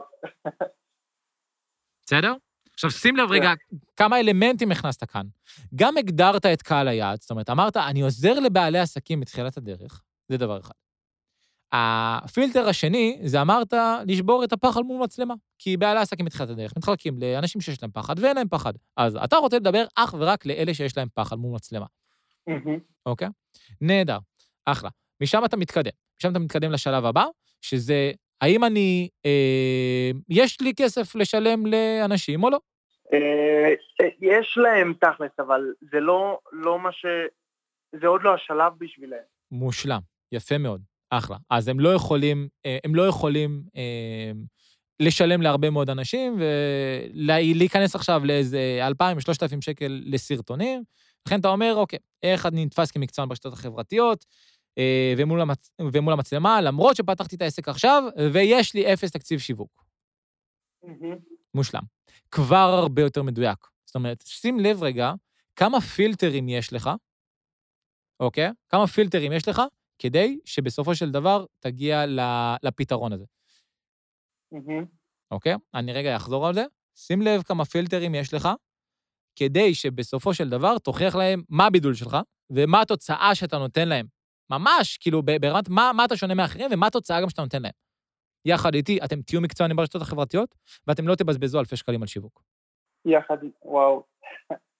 בסדר? עכשיו, שים לב רגע, כמה אלמנטים הכנסת כאן. גם הגדרת את קהל היעד, זאת אומרת, אמרת, אני עוזר לבעלי עסקים בתחילת הדרך, זה דבר אחד. הפילטר השני, זה אמרת, לשבור את הפחד מול מצלמה, כי בעלי עסקים בתחילת הדרך מתחלקים לאנשים שיש להם פחד ואין להם פחד. אז אתה רוצה לדבר אך ורק לאלה שיש להם פחד מול מצלמה. אוקיי? נהדר, אחלה. משם אתה מתקדם. משם אתה מתקדם לשלב הבא, שזה, האם אני, אה, יש לי כסף לשלם לאנשים או לא? יש להם תכלס, אבל זה לא, לא מה ש... זה עוד לא השלב בשבילם. מושלם, יפה מאוד. אחלה. אז הם לא יכולים, הם לא יכולים אה, לשלם להרבה מאוד אנשים, ולהיכנס עכשיו לאיזה אלפיים, שלושת אלפים שקל לסרטונים. לכן אתה אומר, אוקיי, איך אני נתפס כמקצוען ברשתות החברתיות, אה, ומול, המצ... ומול המצלמה, למרות שפתחתי את העסק עכשיו, ויש לי אפס תקציב שיווק. Mm-hmm. מושלם. כבר הרבה יותר מדויק. זאת אומרת, שים לב רגע, כמה פילטרים יש לך, אוקיי? כמה פילטרים יש לך, כדי שבסופו של דבר תגיע לפתרון הזה. אוקיי? אני רגע אחזור על זה. שים לב כמה פילטרים יש לך, כדי שבסופו של דבר תוכיח להם מה הבידול שלך, ומה התוצאה שאתה נותן להם. ממש, כאילו, ברמת מה, מה אתה שונה מאחרים, ומה התוצאה גם שאתה נותן להם. יחד איתי, אתם תהיו מקצוענים ברשתות החברתיות, ואתם לא תבזבזו אלפי שקלים על שיווק. יחד, וואו.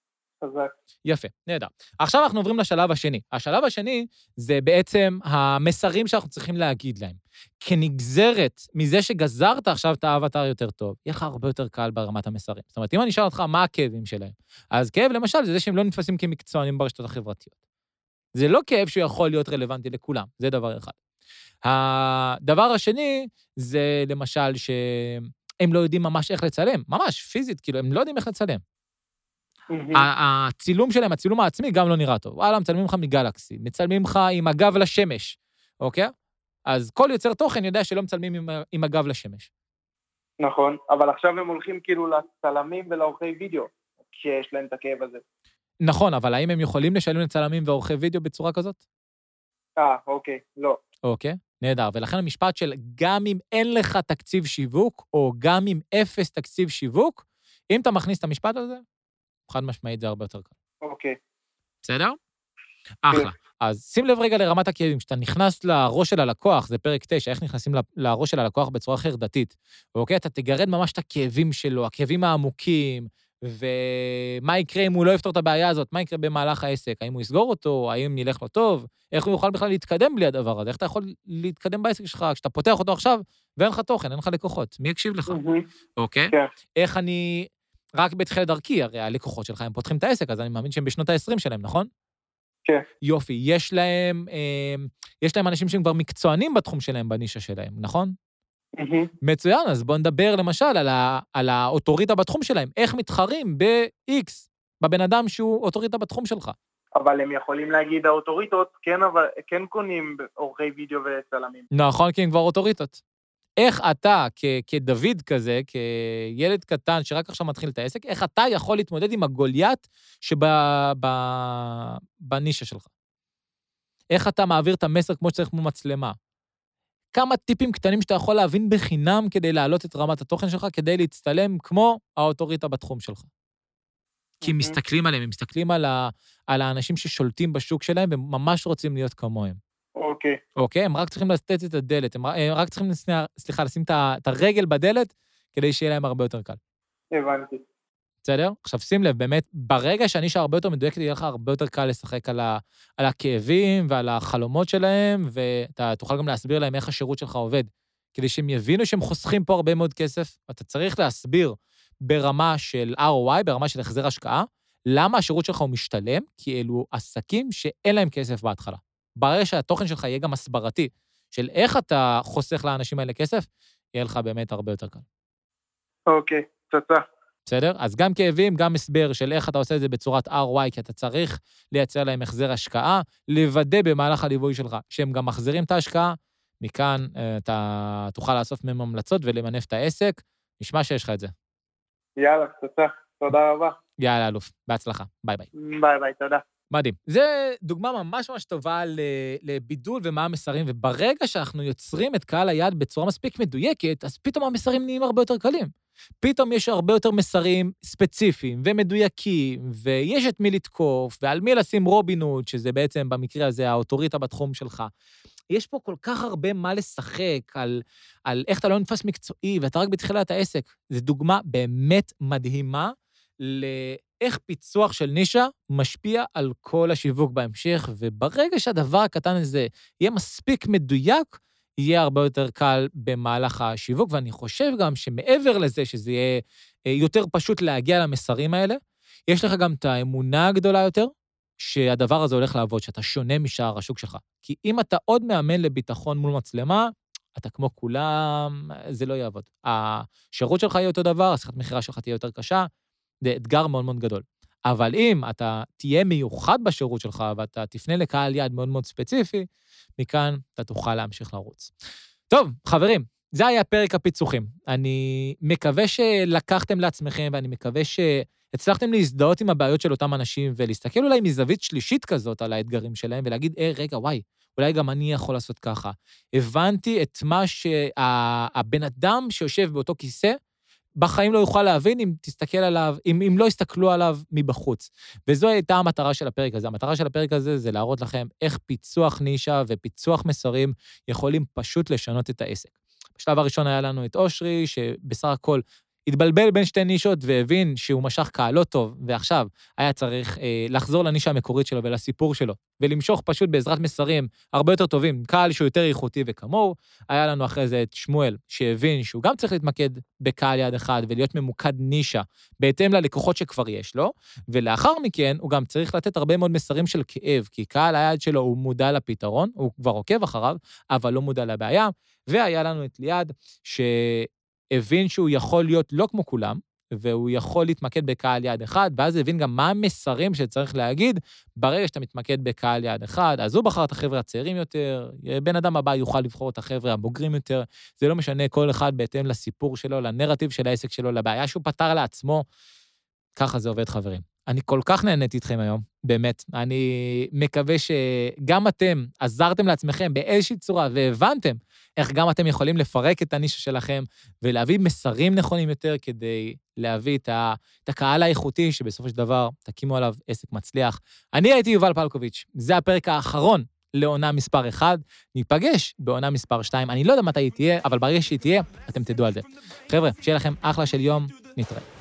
חזק. יפה, נהדר. עכשיו אנחנו עוברים לשלב השני. השלב השני זה בעצם המסרים שאנחנו צריכים להגיד להם. כנגזרת מזה שגזרת עכשיו את האבטר יותר טוב, יהיה לך הרבה יותר קל ברמת המסרים. זאת אומרת, אם אני אשאל אותך מה הכאבים שלהם, אז כאב למשל זה זה שהם לא נתפסים כמקצוענים ברשתות החברתיות. זה לא כאב שהוא יכול להיות רלוונטי לכולם, זה דבר אחד. הדבר השני זה למשל שהם לא יודעים ממש איך לצלם, ממש פיזית, כאילו הם לא יודעים איך לצלם. הצילום שלהם, הצילום העצמי גם לא נראה טוב. וואלה, מצלמים לך מגלקסי, מצלמים לך עם הגב לשמש, אוקיי? אז כל יוצר תוכן יודע שלא מצלמים עם, עם הגב לשמש. נכון, אבל עכשיו הם הולכים כאילו לצלמים ולעורכי וידאו, כשיש להם את הכאב הזה. נכון, אבל האם הם יכולים לשלם לצלמים ועורכי וידאו בצורה כזאת? אה, אוקיי, לא. אוקיי, נהדר. ולכן המשפט של גם אם אין לך תקציב שיווק, או גם אם אפס תקציב שיווק, אם אתה מכניס את המשפט הזה, חד משמעית זה הרבה יותר קל. אוקיי. בסדר? אחלה. אז שים לב רגע לרמת הכאבים. כשאתה נכנס לראש של הלקוח, זה פרק תשע, איך נכנסים לראש של הלקוח בצורה חרדתית. אוקיי? אתה תגרד ממש את הכאבים שלו, הכאבים העמוקים, ומה יקרה אם הוא לא יפתור את הבעיה הזאת, מה יקרה במהלך העסק, האם הוא יסגור אותו, האם נלך לו טוב, איך הוא יוכל בכלל להתקדם בלי הדבר הזה, איך אתה יכול להתקדם בעסק שלך, כשאתה פותח אותו עכשיו, ואין לך תוכן, אין לך לקוחות, מי יקשיב לך? אוקיי? איך אני, רק בתחילת דרכי, הרי הלקוחות שלך, הם פותחים את העסק, אז אני מאמין שהם בשנות ה-עשרים שלהם, נכון? כן. יופי, יש להם, יש להם אנשים שהם כבר מקצוענים בתחום שלהם, בנישה שלהם, נכון? מצוין, אז בואו נדבר למשל על, ה, על האוטוריטה בתחום שלהם. איך מתחרים ב-X, בבן אדם שהוא אוטוריטה בתחום שלך. אבל הם יכולים להגיד, האוטוריטות כן, אבל, כן קונים עורכי וידאו וצלמים. נכון, כי הם כבר אוטוריטות. איך אתה, כ- כדוד כזה, כילד קטן שרק עכשיו מתחיל את העסק, איך אתה יכול להתמודד עם הגוליית שבנישה שלך? איך אתה מעביר את המסר כמו שצריך כמו מצלמה? כמה טיפים קטנים שאתה יכול להבין בחינם כדי להעלות את רמת התוכן שלך, כדי להצטלם כמו האוטוריטה בתחום שלך. כי הם מסתכלים עליהם, הם מסתכלים על, ה, על האנשים ששולטים בשוק שלהם, והם ממש רוצים להיות כמוהם. אוקיי. אוקיי? הם רק צריכים לתת את הדלת, הם, הם רק צריכים, סליחה, לשים את הרגל בדלת, כדי שיהיה להם הרבה יותר קל. הבנתי. בסדר? עכשיו שים לב, באמת, ברגע שהנישה הרבה יותר מדויקת, יהיה לך הרבה יותר קל לשחק על, ה, על הכאבים ועל החלומות שלהם, ואתה תוכל גם להסביר להם איך השירות שלך עובד, כדי שהם יבינו שהם חוסכים פה הרבה מאוד כסף, ואתה צריך להסביר ברמה של אר או איי, ברמה של החזר השקעה, למה השירות שלך הוא משתלם, כי אלו עסקים שאין להם כסף בהתחלה. ברגע שהתוכן שלך יהיה גם הסברתי, של איך אתה חוסך לאנשים האלה כסף, יהיה לך באמת הרבה יותר קל. אוקיי, תודה. בסדר? אז גם כאבים, גם הסבר של איך אתה עושה את זה בצורת אר או איי, כי אתה צריך לייצר להם החזר השקעה, לוודא במהלך הליווי שלך, שהם גם מחזירים את ההשקעה, מכאן אתה תוכל לאסוף מהם המלצות ולמנף את העסק, נשמע שיש לך את זה. יאללה, תודה, תודה רבה. יאללה, אלוף, בהצלחה, ביי ביי. ביי ביי, תודה. מדהים. זה דוגמה ממש ממש טובה לבידול ומה המסרים, וברגע שאנחנו יוצרים את קהל היעד בצורה מספיק מדויקת, אז פתאום המסרים נהיים הרבה יותר קלים. פתאום יש הרבה יותר מסרים ספציפיים ומדויקים, ויש את מי לתקוף, ועל מי לשים רובין-הוד, שזה בעצם במקרה הזה האוטוריטה בתחום שלך. יש פה כל כך הרבה מה לשחק על, על איך אתה לא נתפס מקצועי, ואתה רק בתחילת העסק. זו דוגמה באמת מדהימה לאיך פיצוח של נישה משפיע על כל השיווק בהמשך, וברגע שהדבר הקטן הזה יהיה מספיק מדויק, יהיה הרבה יותר קל במהלך השיווק, ואני חושב גם שמעבר לזה שזה יהיה יותר פשוט להגיע למסרים האלה, יש לך גם את האמונה הגדולה יותר, שהדבר הזה הולך לעבוד, שאתה שונה משאר השוק שלך. כי אם אתה עוד מאמן לביטחון מול מצלמה, אתה כמו כולם, זה לא יעבוד. השירות שלך יהיה אותו דבר, השיחת מחירה שלך תהיה יותר קשה, זה אתגר מאוד מאוד גדול. אבל אם אתה תהיה מיוחד בשירות שלך, ואתה תפנה לקהל יעד מאוד מאוד ספציפי, מכאן אתה תוכל להמשיך לרוץ. טוב, חברים, זה היה פרק הפיצוחים. אני מקווה שלקחתם לעצמכם, ואני מקווה שהצלחתם להזדהות עם הבעיות של אותם אנשים, ולהסתכל אולי מזווית שלישית כזאת על האתגרים שלהם, ולהגיד, אה, רגע, וואי, אולי גם אני יכול לעשות ככה. הבנתי את מה שהבן אדם שיושב באותו כיסא, בחיים לא יוכל להבין אם תסתכל עליו, אם, אם לא יסתכלו עליו מבחוץ. וזו הייתה המטרה של הפרק הזה. המטרה של הפרק הזה זה להראות לכם איך פיצוח נישה ופיצוח מסרים יכולים פשוט לשנות את העסק. בשלב הראשון היה לנו את אושרי, שבסך הכל התבלבל בין שתי נישות והבין שהוא משך קהל לא טוב, ועכשיו היה צריך אה, לחזור לנישה המקורית שלו ולסיפור שלו, ולמשוך פשוט בעזרת מסרים הרבה יותר טובים, קהל שהוא יותר איכותי וכמוהו. היה לנו אחרי זה את שמואל, שהבין שהוא גם צריך להתמקד בקהל יעד אחד, ולהיות ממוקד נישה, בהתאם ללקוחות שכבר יש לו, ולאחר מכן הוא גם צריך לתת הרבה מאוד מסרים של כאב, כי קהל היעד שלו הוא מודע לפתרון, הוא כבר עוקב אחריו, אבל לא מודע לבעיה, והיה לנו את ליעד, שהבין שהוא יכול להיות לא כמו כולם, והוא יכול להתמקד בקהל יעד אחד, ואז הבין גם מה המסרים שצריך להגיד, ברגע שאתה מתמקד בקהל יעד אחד, אז הוא בחר את החבר'ה הצעירים יותר, בן אדם הבא יוכל לבחור את החבר'ה הבוגרים יותר, זה לא משנה כל אחד בהתאם לסיפור שלו, לנרטיב של העסק שלו, לבעיה שהוא פתר לעצמו, ככה זה עובד חברים. אני כל כך נהניתי איתכם היום, באמת. אני מקווה שגם אתם עזרתם לעצמכם באיזושהי צורה, והבנתם איך גם אתם יכולים לפרק את הנישה שלכם, ולהביא מסרים נכונים יותר, כדי להביא את, ה, את הקהל האיכותי, שבסופו של דבר תקימו עליו עסק מצליח. אני הייתי יובל פלקוביץ', זה הפרק האחרון לעונה מספר אחד, ניפגש בעונה מספר שתיים, אני לא יודע מתי היא תהיה, אבל ברגע שהיא תהיה, אתם תדעו על זה. חבר'ה, שיהיה לכם אחלה של יום, נתראה.